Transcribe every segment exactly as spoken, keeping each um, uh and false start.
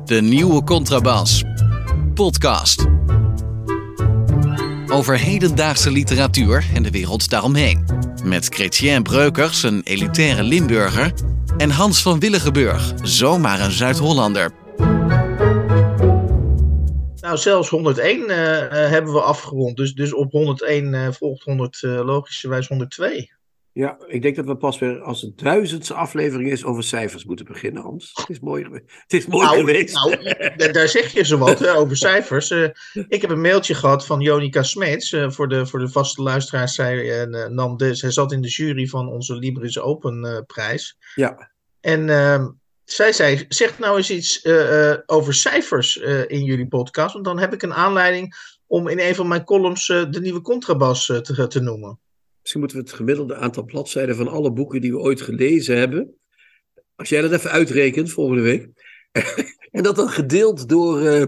De Nieuwe Contrabas. Podcast. Over hedendaagse literatuur en de wereld daaromheen. Met Chrétien Breukers, een elitaire Limburger. En Hans van Willigenburg, zomaar een Zuid-Hollander. Nou, zelfs honderdéén uh, uh, hebben we afgerond. Dus, dus op honderdéén uh, volgt honderd, uh, logischerwijs honderdtwee. Ja, ik denk dat we pas weer als het duizendste aflevering is over cijfers moeten beginnen, Hans. Het is mooi, het is mooi nou, geweest. Nou, d- daar zeg je zo wat hè, over cijfers. Uh, ik heb een mailtje gehad van Jonica Smeets. Uh, voor, de, voor de vaste luisteraars. Zij, uh, nam de, zij zat in de jury van onze Libris Open uh, prijs. Ja. En uh, zij zei, zeg nou eens iets uh, uh, over cijfers uh, in jullie podcast. Want dan heb ik een aanleiding om in een van mijn columns uh, de nieuwe contrabas uh, te, te noemen. Misschien moeten we het gemiddelde aantal bladzijden van alle boeken die we ooit gelezen hebben, als jij dat even uitrekent volgende week, en dat dan gedeeld door, uh,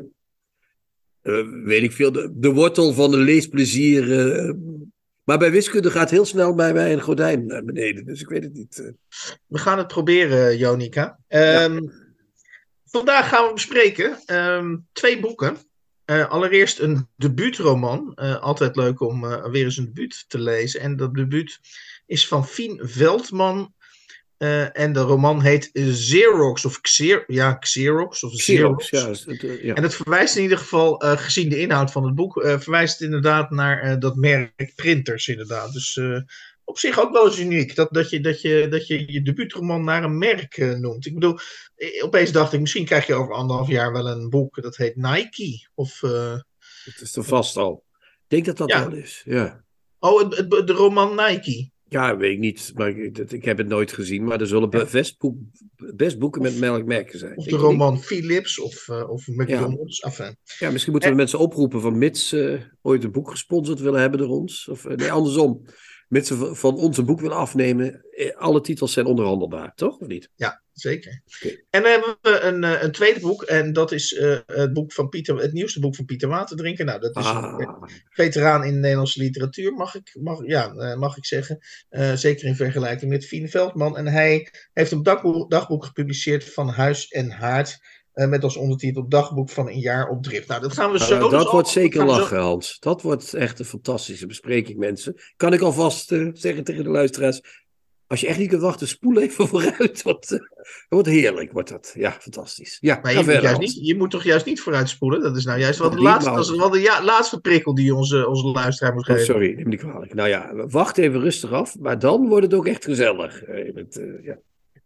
uh, weet ik veel, de, de wortel van de leesplezier. Uh, maar bij wiskunde gaat heel snel bij mij een gordijn naar beneden, dus ik weet het niet. Uh. We gaan het proberen, Jonica. Um, ja. Vandaag gaan we bespreken um, twee boeken. Uh, allereerst een debuutroman. Uh, altijd leuk om uh, weer eens een debuut te lezen. En dat debuut is van Fien Veldman. Uh, en de roman heet Xerox. Of Xer- ja, Xerox. Of Xerox. Xerox ja, het, uh, ja. En het verwijst in ieder geval, uh, gezien de inhoud van het boek, uh, verwijst het inderdaad naar uh, dat merk printers inderdaad. Dus uh, op zich ook wel eens uniek. Dat, dat, je, dat, je, dat je je debuutroman naar een merk uh, noemt. Ik bedoel, opeens dacht ik, misschien krijg je over anderhalf jaar wel een boek. Dat heet Nike. Of, uh, het is er vast al. Ik denk dat dat ja. wel is. Ja. Oh, het, het, de roman Nike. Ja, weet ik niet. Maar ik, dat, ik heb het nooit gezien. Maar er zullen ja. best, boek, best boeken met melkmerken zijn. Of de roman niet. Philips of, uh, of McDonald's. Ja. Enfin. Ja, misschien moeten we en... mensen oproepen van mits uh, ooit een boek gesponsord willen hebben door ons. Of uh, nee, andersom. Mits ze van ons een boek willen afnemen. Alle titels zijn onderhandelbaar, toch? Of niet? Ja, zeker. Okay. En dan hebben we een, een tweede boek. En dat is uh, het, boek van Pieter, het nieuwste boek van Pieter Waterdrinker. Nou, dat is ah. een veteraan in de Nederlandse literatuur, mag ik, mag, ja, mag ik zeggen. Uh, zeker in vergelijking met Fien Veldman. En hij heeft een dagboek, dagboek gepubliceerd van Huis en Haard. Uh, met als ondertitel Dagboek van een jaar op drift. Nou, dat gaan we zo... Uh, dat dus wordt al, zeker lachen, zo... Hans. Dat wordt echt een fantastische bespreking, mensen. Kan ik alvast uh, zeggen tegen de luisteraars... Als je echt niet kunt wachten, spoel even vooruit. Want, uh, dat wordt heerlijk, wordt dat. Ja, fantastisch. Ja, maar je, verder, moet juist niet, je moet toch juist niet vooruit spoelen? Dat is nou juist wel de, laatste, dat is wel de ja, laatste prikkel die onze, onze luisteraar moet geven. Oh, sorry, neem me niet kwalijk. Nou ja, wacht even rustig af. Maar dan wordt het ook echt gezellig. Uh, met, uh, ja.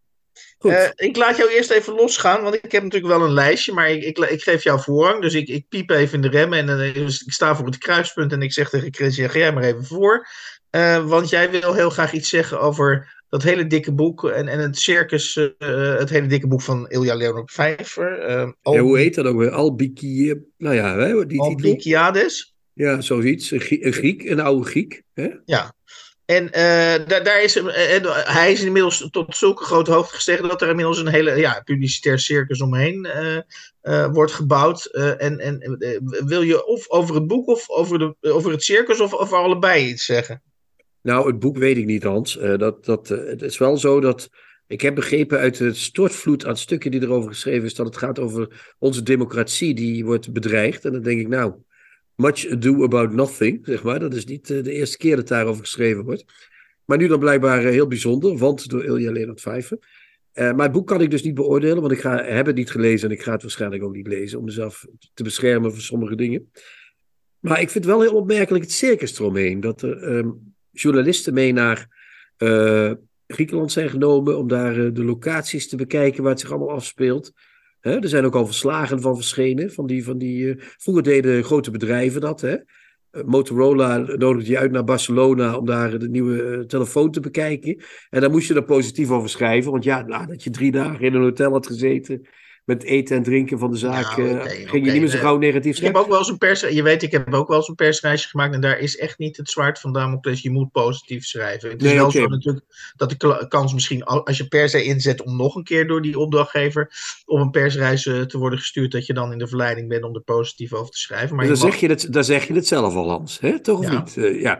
Uh, ik laat jou eerst even losgaan, want ik heb natuurlijk wel een lijstje, maar ik, ik, ik geef jou voorrang. Dus ik, ik piep even in de remmen en uh, dus ik sta voor het kruispunt en ik zeg tegen Chrétien, ga jij maar even voor. Uh, want jij wil heel graag iets zeggen over dat hele dikke boek en, en het circus, uh, het hele dikke boek van Ilja Leonard Vijver. Uh, Al- ja, hoe heet dat ook weer? Albici... Nou ja, hè, die Albikiades. Ja, zoiets. Een Griek, een, Griek, een oude Griek. Hè? Ja. En uh, daar, daar is, uh, hij is inmiddels tot zulke grote hoogte gestegen dat er inmiddels een hele ja, publicitair circus omheen uh, uh, wordt gebouwd. Uh, en en uh, wil je of over het boek of over, de, over het circus of over allebei iets zeggen? Nou, het boek weet ik niet, Hans. Uh, dat, dat, uh, het is wel zo dat... Ik heb begrepen uit de stortvloed aan stukken die erover geschreven is... dat het gaat over onze democratie die wordt bedreigd. En dan denk ik, nou... Much ado about nothing, zeg maar. Dat is niet uh, de eerste keer dat daarover geschreven wordt. Maar nu dan blijkbaar uh, heel bijzonder, want door Ilja Leonard Vijver. Uh, maar het boek kan ik dus niet beoordelen, want ik ga, heb het niet gelezen en ik ga het waarschijnlijk ook niet lezen, om mezelf te beschermen voor sommige dingen. Maar ik vind wel heel opmerkelijk het circus eromheen. Dat er um, journalisten mee naar uh, Griekenland zijn genomen om daar uh, de locaties te bekijken waar het zich allemaal afspeelt. He, er zijn ook al verslagen van verschenen. Van die, van die, uh, vroeger deden grote bedrijven dat. Hè? Uh, Motorola nodigde je uit naar Barcelona om daar de nieuwe uh, telefoon te bekijken. En daar moest je er positief over schrijven. Want ja, nadat je drie dagen in een hotel had gezeten... met eten en drinken van de zaak... Ja, okay, ging okay, je niet meer zo gauw negatief ik heb ook wel eens een pers... Je weet, ik heb ook wel eens een persreisje gemaakt... en daar is echt niet het zwaard van Damocles. Je moet positief schrijven. Het is nee, wel okay. zo natuurlijk dat de kans misschien... als je per se inzet om nog een keer door die opdrachtgever... op een persreis te worden gestuurd... dat je dan in de verleiding bent om er positief over te schrijven. Maar dus je dan, mag... zeg je het, dan zeg je het zelf al, Hans. Hè? Toch of ja. niet? Uh, ja.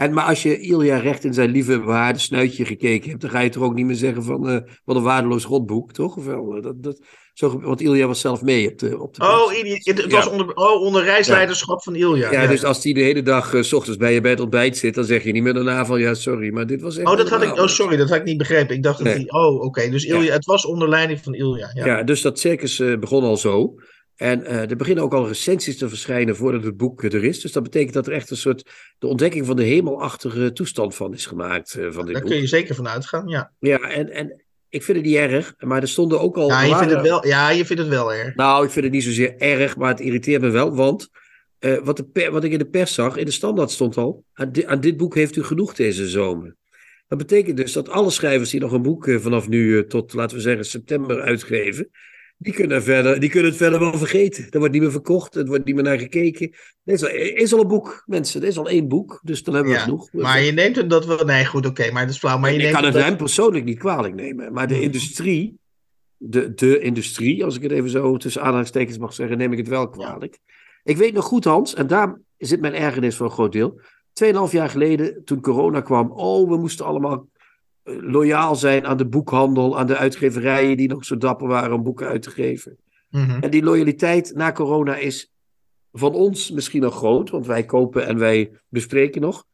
En, maar als je Ilja recht in zijn lieve behaarde snuitje gekeken hebt, dan ga je toch ook niet meer zeggen van uh, wat een waardeloos rotboek, toch? Of wel, uh, dat, dat, zo, want Ilja was zelf mee op de, op de Oh, het was ja. onder, oh, onder reisleiderschap ja. van Ilja. Ja, ja, dus als hij de hele dag uh, 's ochtends bij je bij het ontbijt zit, dan zeg je niet meer daarna van ja, sorry, maar dit was echt... Oh, dat had ik, oh sorry, dat had ik niet begrepen. Ik dacht dat nee. hij... Oh, oké, okay, dus Ilja, ja. het was onder leiding van Ilja. Ja, ja dus dat circus uh, begon al zo. En uh, er beginnen ook al recensies te verschijnen voordat het boek er is. Dus dat betekent dat er echt een soort de ontdekking van de hemelachtige toestand van is gemaakt. Uh, van dit Daar boek. kun je zeker van uitgaan, ja. Ja, en, en ik vind het niet erg, maar er stonden ook al... Ja, je, waren... vindt, het wel, ja je vindt het wel erg. Nou, ik vind het niet zozeer erg, maar het irriteert me wel. Want uh, wat, de per, wat ik in de pers zag, in de standaard stond al... Aan, di, aan dit boek heeft u genoeg deze zomer. Dat betekent dus dat alle schrijvers die nog een boek uh, vanaf nu uh, tot, laten we zeggen, september uitgeven... Die kunnen, verder, die kunnen het verder wel vergeten. Er wordt niet meer verkocht, er wordt niet meer naar gekeken. Er is al, er is al een boek, mensen. Er is al één boek, dus dan hebben we ja, genoeg. Maar je neemt hem dat wel... Nee, goed, oké, okay, maar dat is flauw. Maar je ik neemt kan het dat... hem persoonlijk niet kwalijk nemen. Maar de hmm. industrie, de, de industrie, als ik het even zo tussen aanhalingstekens mag zeggen, neem ik het wel kwalijk. Ja. Ik weet nog goed, Hans, en daar zit mijn ergernis voor een groot deel. Tweeënhalf jaar geleden, toen corona kwam, oh, we moesten allemaal... loyaal zijn aan de boekhandel, aan de uitgeverijen die nog zo dapper waren om boeken uit te geven. Mm-hmm. En die loyaliteit na corona is van ons misschien nog groot, want wij kopen en wij bespreken nog.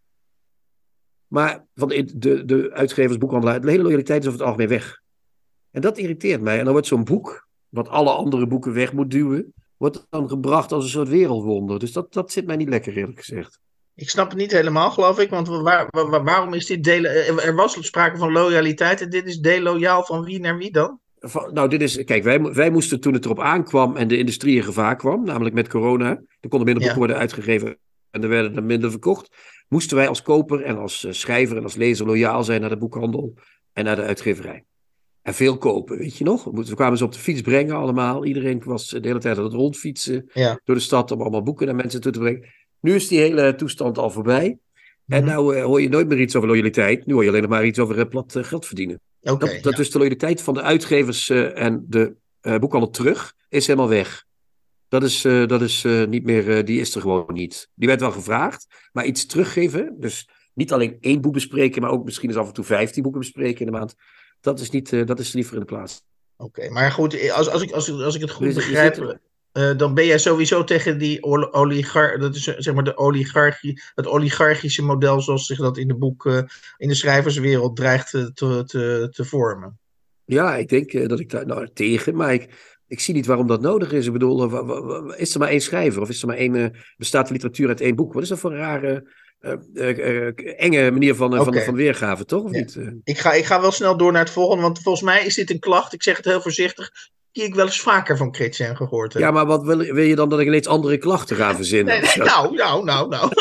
Maar van de, de, de uitgevers, boekhandelaar, de hele loyaliteit is over het algemeen weg. En dat irriteert mij. En dan wordt zo'n boek, wat alle andere boeken weg moet duwen, wordt dan gebracht als een soort wereldwonder. Dus dat, dat zit mij niet lekker, eerlijk gezegd. Ik snap het niet helemaal, geloof ik. Want waar, waar, waarom is dit deel... Er was sprake van loyaliteit en dit is deloyaal van wie naar wie dan? Nou, dit is... Kijk, wij, wij moesten toen het erop aankwam en de industrie in gevaar kwam, namelijk met corona, er konden minder boeken ja. worden uitgegeven en er werden er minder verkocht, moesten wij als koper en als schrijver en als lezer loyaal zijn naar de boekhandel en naar de uitgeverij. En veel kopen, weet je nog? We kwamen ze op de fiets brengen allemaal. Iedereen was de hele tijd aan het rondfietsen ja. door de stad om allemaal boeken naar mensen toe te brengen. Nu is die hele toestand al voorbij. Mm-hmm. En nou uh, hoor je nooit meer iets over loyaliteit. Nu hoor je alleen nog maar iets over uh, plat uh, geld verdienen. Okay, dat dat ja. dus de loyaliteit van de uitgevers uh, en de uh, boekhandel terug is helemaal weg. Dat is, uh, dat is uh, niet meer, uh, die is er gewoon niet. Die werd wel gevraagd, maar iets teruggeven. Dus niet alleen één boek bespreken, maar ook misschien eens af en toe vijftien boeken bespreken in de maand. Dat is, niet, uh, dat is liever in de plaats. Oké, okay, maar goed, als, als, ik, als, als ik het goed dus, begrijp... Uh, dan ben jij sowieso tegen die oligar, dat is zeg maar de oligarchie, het oligarchische model zoals zich dat in de boek, uh, in de schrijverswereld dreigt te, te, te vormen. Ja, ik denk uh, dat ik daar nou tegen, maar ik, ik zie niet waarom dat nodig is. Ik bedoel, uh, w- w- is er maar één schrijver of is er maar één, uh, bestaat de literatuur uit één boek? Wat is dat voor een rare, uh, uh, uh, enge manier van, uh, okay. van, van weergave, toch? Of ja. niet? Uh... Ik, ga, ik ga wel snel door naar het volgende, want volgens mij is dit een klacht, ik zeg het heel voorzichtig, die ik wel eens vaker van Chrétien gehoord heb. Ja, maar wat wil, wil je dan dat ik ineens andere klachten ga verzinnen? Nee, nee, nou, nou, nou, nou.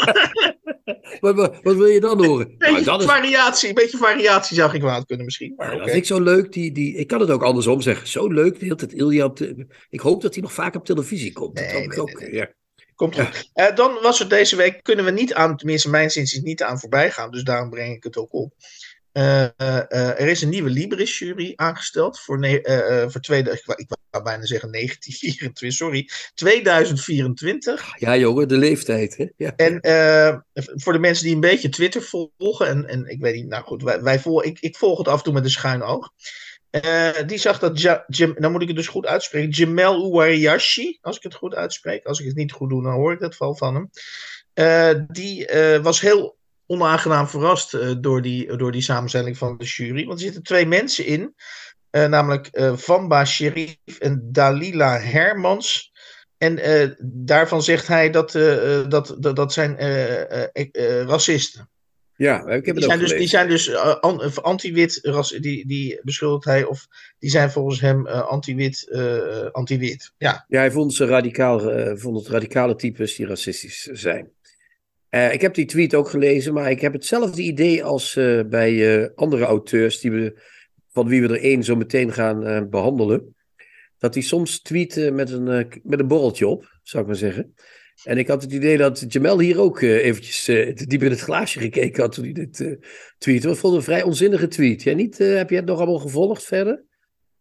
wat, wat, wat wil je dan horen? Een beetje, nou, variatie, is... een beetje variatie zou ik kwaad kunnen misschien. Maar ja, okay. Dat vind ik zo leuk. Die, die, ik kan het ook andersom zeggen. Zo leuk, de hele tijd Ilja op de... Ik hoop dat hij nog vaak op televisie komt. Nee, dat nee, nee, ook, nee. Ja. Komt goed. Ja. Uh, dan was er deze week, kunnen we niet aan, tenminste mijn zin niet aan voorbij gaan. Dus daarom breng ik het ook op. Uh, uh, uh, er is een nieuwe Libris-jury aangesteld voor, ne- uh, uh, voor tweede, ik, wou, ik wou bijna zeggen negentien vierentwintig, sorry, tweeduizend vierentwintig. Ja jongen, de leeftijd. Hè? Ja. En uh, voor de mensen die een beetje Twitter volgen, en, en ik weet niet, nou goed, wij, wij volgen, ik, ik volg het af en toe met een schuin oog. Uh, die zag dat, ja, Jam, nou moet ik het dus goed uitspreken, Jamel Ouariashi, als ik het goed uitspreek, als ik het niet goed doe, dan hoor ik dat wel van hem. Uh, die uh, was heel onaangenaam verrast uh, door, die, door die samenstelling van de jury. Want er zitten twee mensen in. Uh, namelijk uh, Vamba Sherif en Dalila Hermans. En uh, daarvan zegt hij dat, uh, dat, dat, dat zijn uh, uh, uh, racisten. Ja, ik heb het die, ook zijn dus, gelezen. die zijn dus uh, an, anti-wit, ras, die, die beschuldigt hij, of die zijn volgens hem uh, anti-wit, uh, anti-wit. Ja. Ja, hij vond, ze radicaal, uh, vond het radicale types die racistisch zijn. Uh, ik heb die tweet ook gelezen, maar ik heb hetzelfde idee als uh, bij uh, andere auteurs die we, van wie we er één zo meteen gaan uh, behandelen. Dat die soms tweeten met een, uh, met een borreltje op, zou ik maar zeggen. En ik had het idee dat Jamel hier ook uh, eventjes uh, diep in het glaasje gekeken had toen hij dit uh, tweette. Ik vond het een vrij onzinnige tweet. Jij niet? Uh, heb je het nog allemaal gevolgd verder?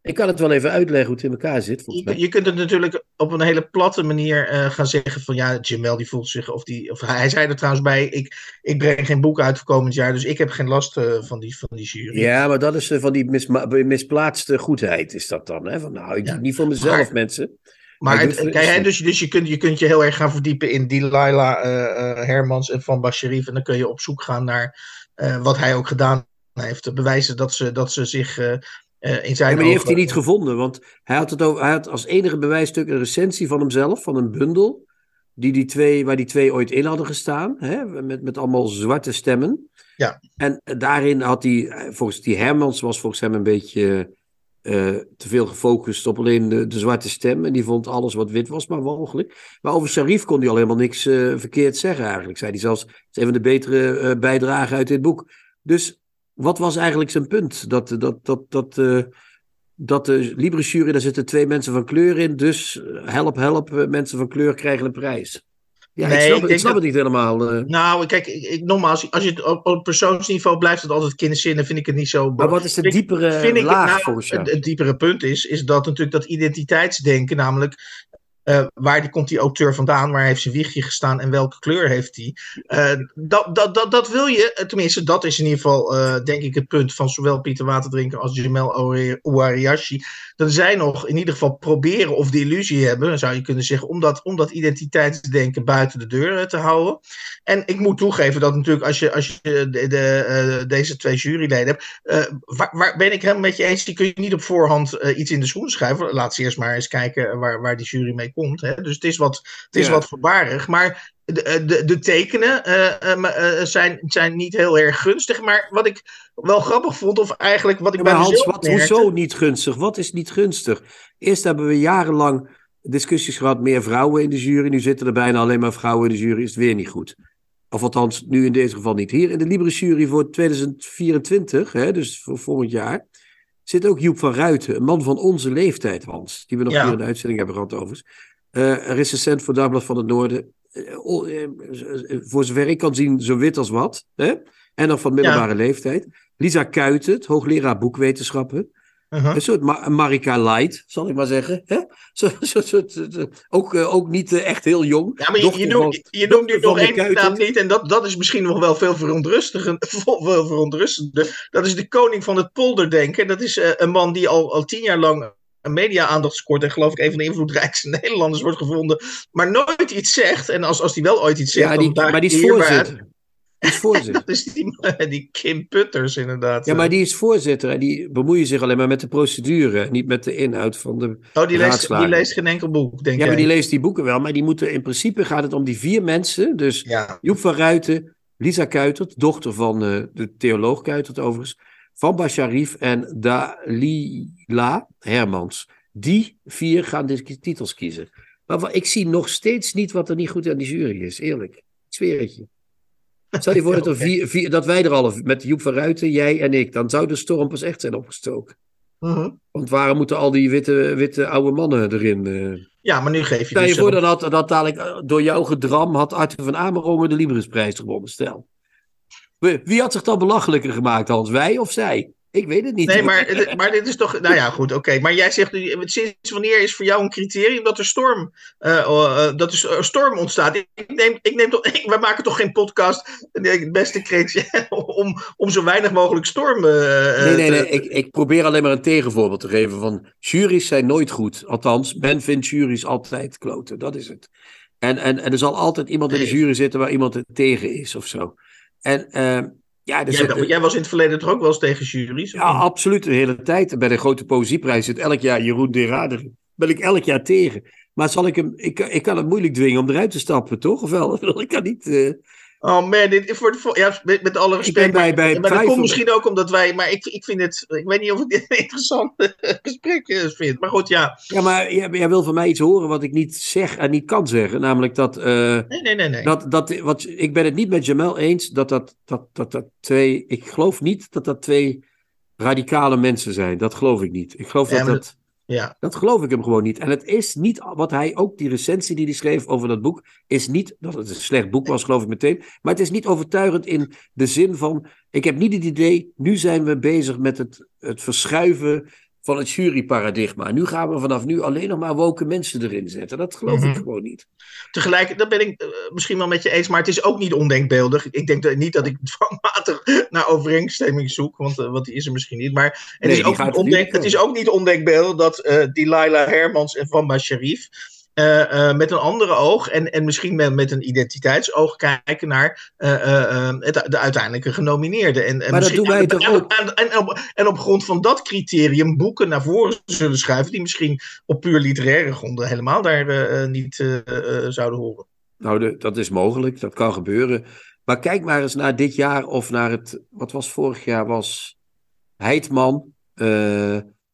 Ik kan het wel even uitleggen hoe het in elkaar zit, volgens mij. Je, je kunt het natuurlijk op een hele platte manier uh, gaan zeggen van ja, Jamel die voelt zich, of, die, of hij zei er trouwens bij, ik, ik breng geen boek uit voor komend jaar, dus ik heb geen last uh, van, die, van die jury. Ja, maar dat is uh, van die misma- misplaatste goedheid is dat dan. Hè? Van, nou, ik ja. doe het niet voor mezelf, maar, mensen. Maar het, het, kijk, dus, dus je, kunt, je kunt je heel erg gaan verdiepen in Delilah uh, uh, Hermans en Van Basharif en dan kun je op zoek gaan naar uh, wat hij ook gedaan heeft, te bewijzen dat ze, dat ze zich... Uh, Uh, in zijn ja, maar die ogen... heeft hij niet gevonden, want hij had, het over, hij had als enige bewijsstuk een recensie van hemzelf, van een bundel, die die twee, waar die twee ooit in hadden gestaan, hè, met, met allemaal zwarte stemmen. Ja. En daarin had hij, volgens die Hermans was volgens hem een beetje uh, te veel gefocust op alleen de, de zwarte stem, en die vond alles wat wit was maar walgelijk. Maar over Sharif kon hij al helemaal niks uh, verkeerd zeggen eigenlijk, zei hij zelfs, het is een van de betere uh, bijdragen uit dit boek. Dus... Wat was eigenlijk zijn punt? Dat, dat, dat, dat, uh, dat de Libris-jury, daar zitten twee mensen van kleur in, dus help, help, mensen van kleur krijgen een prijs. Ja, nee, ik snap, ik ik snap dat, het niet helemaal. Uh... Nou, kijk, ik, ik, nogmaals, als je het op, op persoonsniveau blijft het altijd kinderzinnen, vind ik het niet zo... Maar wat is de diepere vind ik, laag vind ik, nou, volgens jou? Het, het diepere punt is, is dat natuurlijk dat identiteitsdenken, namelijk... Uh, waar die, komt die auteur vandaan? Waar heeft zijn wiegje gestaan? En welke kleur heeft hij? Uh, dat, dat, dat, dat wil je, tenminste, dat is in ieder geval, uh, denk ik, het punt van zowel Pieter Waterdrinker als Jamel Ouariachi. Dat zij nog in ieder geval proberen of de illusie hebben, zou je kunnen zeggen, om dat, om dat identiteitsdenken buiten de deur uh, te houden. En ik moet toegeven dat natuurlijk, als je, als je de, de, uh, deze twee juryleden hebt, uh, waar, waar ben ik helemaal met je eens, die kun je niet op voorhand uh, iets in de schoen schuiven. Laat ze eerst maar eens kijken waar, waar die jury mee komt. Hè? Dus het is wat, het is ja. wat voorbarig. Maar de, de, de tekenen uh, uh, zijn, zijn niet heel erg gunstig. Maar wat ik wel grappig vond, of eigenlijk wat ik ja, bij maar mezelf Hans, wat, merkte... hoezo niet gunstig? Wat is niet gunstig? Eerst hebben we jarenlang discussies gehad, meer vrouwen in de jury. Nu zitten er bijna alleen maar vrouwen in de jury. Is het weer niet goed. Of althans, nu in deze geval niet. Hier in de Libris-jury voor tweeduizend vierentwintig, hè, dus voor volgend jaar, zit ook Joep van Ruiten, een man van onze leeftijd, Hans. Die we nog ja. hier in de uitzending hebben gehad overigens. Uh, recensent voor Dagblad van het Noorden. Uh, uh, uh, voor zover ik kan zien, zo wit als wat. Hè? En nog van middelbare ja. leeftijd. Lisa Kuijten, hoogleraar boekwetenschappen. Uh-huh. Een soort Ma- Marika Light, zal ik maar zeggen. Hè? Zo, zo, zo, zo, ook, uh, ook niet uh, echt heel jong. Ja, maar je, je, noemt, je, je noemt nu nog één naam niet. En dat, dat is misschien nog wel veel verontrustender. Veel verontrustender. Dat is de koning van het polderdenken. Dat is uh, een man die al, al tien jaar lang een media-aandacht scoort. En geloof ik een van de invloedrijkste Nederlanders wordt gevonden. Maar nooit iets zegt. En als, als die wel ooit iets zegt... Ja, die, dan maar die is voorzitter. Die is voorzitter. Dat is die, die Kim Putters inderdaad. Ja, maar die is voorzitter en die bemoeien zich alleen maar met de procedure, niet met de inhoud van de Oh, die leest, die leest geen enkel boek, denk ik. Ja, maar die leest die boeken wel, maar die moeten in principe gaat het om die vier mensen, dus ja. Joep van Ruiten, Lisa Kuijtert, dochter van uh, de theoloog Kuijtert overigens, Van Basharif en Delilah Hermans. Die vier gaan de titels kiezen. Maar ik zie nog steeds niet wat er niet goed aan die jury is, eerlijk. Ik zweer het je. Stel je voor dat, er vier, vier, dat wij er al met Joep van Ruiten, jij en ik, dan zou de storm pas echt zijn opgestoken. Uh-huh. Want waarom moeten al die witte, witte oude mannen erin? Uh... Ja, maar nu geef je Stel je dus voor dat, dat dadelijk door jouw gedram had Arthur van Amerongen de Librisprijs gewonnen, stel. Wie had zich dan belachelijker gemaakt, Hans? Wij of zij? Ik weet het niet. Nee, maar, maar dit is toch... Nou ja, goed, oké. Okay. Maar jij zegt, sinds wanneer is voor jou een criterium dat er storm, uh, uh, dat er storm ontstaat? Ik neem, ik neem toch, ik, wij maken toch geen podcast, het beste Chrétien, om, om zo weinig mogelijk storm uh, Nee, nee, nee. Te... Ik, ik probeer alleen maar een tegenvoorbeeld te geven van... Juries zijn nooit goed. Althans, men vindt juries altijd kloten. Dat is het. En, en, en er zal altijd iemand in de jury zitten waar iemand er tegen is of zo. En... Uh, Ja, dus jij, het, jij was in het verleden toch ook wel eens tegen juries? Ja, niet? Absoluut. De hele tijd. Bij de grote poëzieprijs zit elk jaar Jeroen de Rader. Ben ik elk jaar tegen. Maar zal ik hem... Ik, ik kan het moeilijk dwingen om eruit te stappen, toch? Of wel? Ik kan niet... Uh... Oh man, dit, voor de, ja, met, met alle respect. Bij, bij maar maar dat komt misschien ook omdat wij... Maar ik, ik vind het... Ik weet niet of ik dit een interessant gesprek vind. Maar goed, ja. Ja, maar jij, jij wil van mij iets horen wat ik niet zeg en niet kan zeggen. Namelijk dat... Uh, nee, nee, nee. nee. Dat, dat, wat, ik ben het niet met Jamel eens dat dat, dat, dat dat twee... Ik geloof niet dat dat twee radicale mensen zijn. Dat geloof ik niet. Ik geloof ja, dat dat... Ja. Dat geloof ik hem gewoon niet. En het is niet wat hij ook, die recensie die hij schreef over dat boek, is niet, dat het een slecht boek was, geloof ik meteen, maar het is niet overtuigend in de zin van, ik heb niet het idee, nu zijn we bezig met het, het verschuiven van het juryparadigma. Nu gaan we vanaf nu alleen nog maar woke mensen erin zetten. Dat geloof mm-hmm. ik gewoon niet. Tegelijk, dat ben ik uh, misschien wel met je eens, maar het is ook niet ondenkbeeldig. Ik denk dat, niet dat ik dwangmatig naar overeenstemming zoek, want, uh, want die is er misschien niet. Maar het, nee, is, ook niet ondenk, het is ook niet ondenkbeeldig dat uh, Delilah Hermans en Vanba Sharif Uh, uh, met een andere oog en, en misschien met, met een identiteitsoog kijken naar uh, uh, het, de uiteindelijke genomineerde. En, en maar dat doen wij en, toch ook? En, en, en, op, en op grond van dat criterium boeken naar voren zullen schuiven die misschien op puur literaire gronden helemaal daar uh, niet uh, uh, zouden horen. Nou, de, dat is mogelijk, dat kan gebeuren. Maar kijk maar eens naar dit jaar of naar het, wat was vorig jaar, was Heitman, uh,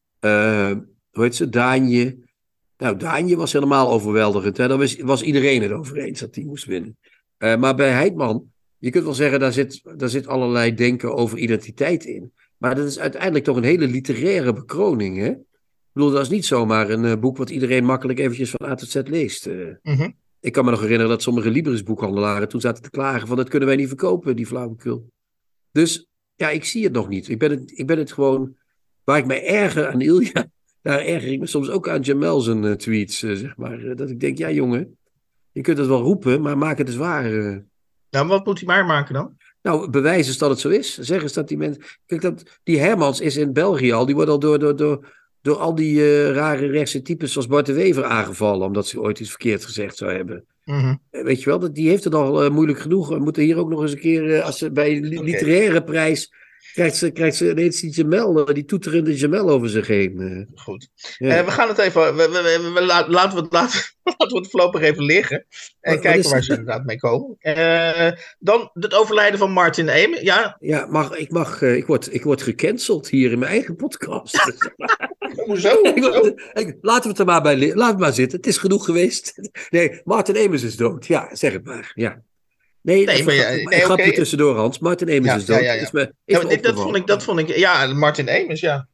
uh, hoe heet ze, Daanje. Nou, Daanje was helemaal overweldigend. Hè? Daar was, was iedereen het over eens dat hij moest winnen. Uh, maar bij Heitman, je kunt wel zeggen, daar zit, daar zit allerlei denken over identiteit in. Maar dat is uiteindelijk toch een hele literaire bekroning. Hè? Ik bedoel, dat is niet zomaar een uh, boek wat iedereen makkelijk eventjes van A tot Z leest. Uh, mm-hmm. Ik kan me nog herinneren dat sommige Libris-boekhandelaren toen zaten te klagen van dat kunnen wij niet verkopen, die flauwekul. Dus ja, ik zie het nog niet. Ik ben het, ik ben het gewoon, waar ik me erger aan Ilja... Daar erger ik me soms ook aan Jamel zijn uh, tweets, uh, zeg maar. Uh, dat ik denk, ja jongen, je kunt het wel roepen, maar maak het eens waar. Uh. Nou, wat moet hij maar maken dan? Nou, bewijs eens dat het zo is. Zeg eens dat die mensen... Kijk, dat, die Hermans is in België al, die wordt al door, door, door, door al die uh, rare rechtse types zoals Bart de Wever aangevallen, omdat ze ooit iets verkeerd gezegd zou hebben. Mm-hmm. Uh, weet je wel, dat, die heeft het al uh, moeilijk genoeg. We moeten hier ook nog eens een keer, uh, als ze bij de li- okay. literaire prijs... Krijgt ze, krijgt ze ineens die Jamel, die toeterende Jamel over zich heen. Goed. Ja. Uh, we gaan het even, we, we, we, we, laten, we het, laten, laten we het voorlopig even liggen. En wat, kijken wat waar ze inderdaad mee komen. Uh, dan het overlijden van Martin Amis. Ja, ja mag, ik, mag, uh, ik, word, ik word gecanceld hier in mijn eigen podcast. Hoezo? Hoezo? Laten we het er maar bij, laat het maar zitten. Het is genoeg geweest. Nee, Martin Amis is dood. Ja, zeg het maar. Ja. Nee, nee, maar, nee, nee, grapje okay. tussendoor, Hans. Martin Amis ja, is dood. Ja, ja, ja. Is me, is ja, dit, dat, vond ik, dat vond ik... Ja, Martin Amis, ja.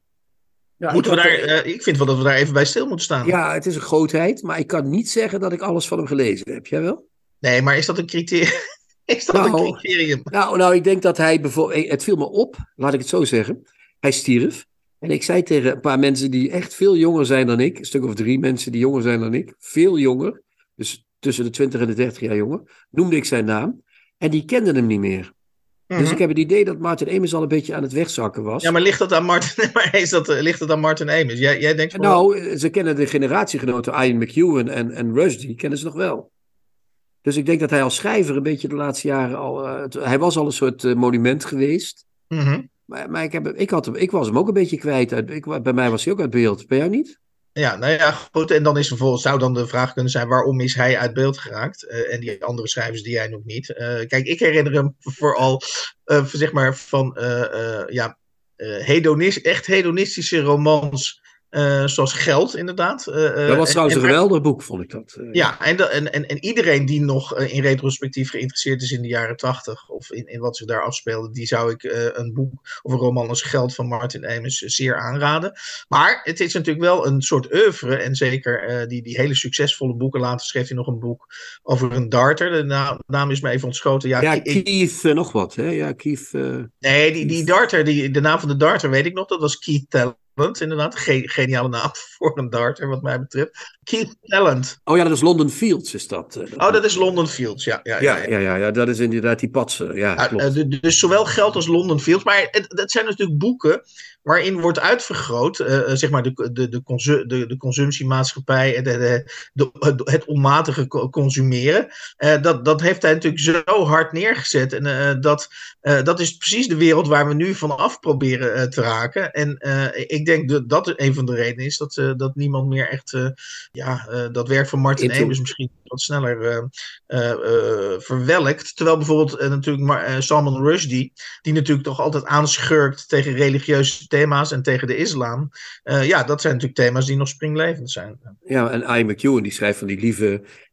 ja moeten we daar, uh, ik vind wel dat we daar even bij stil moeten staan. Ja, het is een grootheid, maar ik kan niet zeggen dat ik alles van hem gelezen heb. Jij wel? Nee, maar is dat een criterium? Is dat nou, een criterium? Nou, nou, ik denk dat hij bijvoorbeeld... Het viel me op, laat ik het zo zeggen. Hij stierf. En ik zei tegen een paar mensen die echt veel jonger zijn dan ik... Een stuk of drie mensen die jonger zijn dan ik. Veel jonger. Dus tussen de twintig en de dertig jaar jonger. Noemde ik zijn naam. En die kenden hem niet meer. Mm-hmm. Dus ik heb het idee dat Martin Amis al een beetje aan het wegzakken was. Ja, maar ligt dat aan Martin, maar is dat, ligt dat aan Martin Amis? Jij, jij denkt van... Nou, ze kennen de generatiegenoten Ian McEwan en, en Rushdie, kennen ze nog wel. Dus ik denk dat hij als schrijver een beetje de laatste jaren al... Uh, het, hij was al een soort uh, monument geweest. Mm-hmm. Maar, maar ik, heb, ik, had hem, ik was hem ook een beetje kwijt. Uit, ik, bij mij was hij ook uit beeld. Bij jou niet? Ja, nou ja, goed. En dan is vervolgens, zou dan de vraag kunnen zijn, waarom is hij uit beeld geraakt? Uh, en die andere schrijvers die jij noemt niet. Uh, kijk, ik herinner hem vooral, uh, zeg maar, van, uh, uh, ja, uh, hedonist, echt hedonistische romans, uh, zoals Geld, inderdaad. Uh, dat was trouwens en, een geweldig boek, vond ik dat. Uh, ja, en, de, en, en, en iedereen die nog uh, in retrospectief geïnteresseerd is in de jaren tachtig, of in, in wat zich daar afspeelde, die zou ik uh, een boek of een roman als Geld van Martin Amis zeer aanraden. Maar het is natuurlijk wel een soort oeuvre, en zeker uh, die, die hele succesvolle boeken. Later schreef hij nog een boek over een darter, de naam, naam is me even ontschoten. Ja, ja Keith, ik, uh, nog wat, hè? Ja, Keith... Uh, nee, die, die darter, die, de naam van de darter weet ik nog, dat was Keith Talent. Inderdaad, Ge- geniale naam voor een darter, wat mij betreft. Keith Talent. Oh ja, dat is London Fields, is dat. Uh, dat oh, dat is London Fields, ja. Ja, ja, ja, ja. ja, ja dat is inderdaad die patser. Ja, uh, uh, dus zowel Geld als London Fields. Maar het, dat zijn natuurlijk boeken waarin wordt uitvergroot, uh, zeg maar, de, de, de, consu- de, de consumptiemaatschappij, de, de, de, het onmatige consumeren. Uh, dat, dat heeft hij natuurlijk zo hard neergezet. En uh, dat, uh, dat is precies de wereld waar we nu vanaf proberen uh, te raken. En uh, ik denk dat dat een van de redenen is dat, uh, dat niemand meer echt uh, ja, uh, dat werk van Martin Amis misschien wat sneller uh, uh, uh, verwelkt. Terwijl bijvoorbeeld uh, natuurlijk Mar- uh, Salman Rushdie, die natuurlijk toch altijd aanschurkt tegen religieuze thema's en tegen de islam. Uh, ja, dat zijn natuurlijk thema's die nog springlevend zijn. Ja, en Ian McEwan die schrijft van die lieve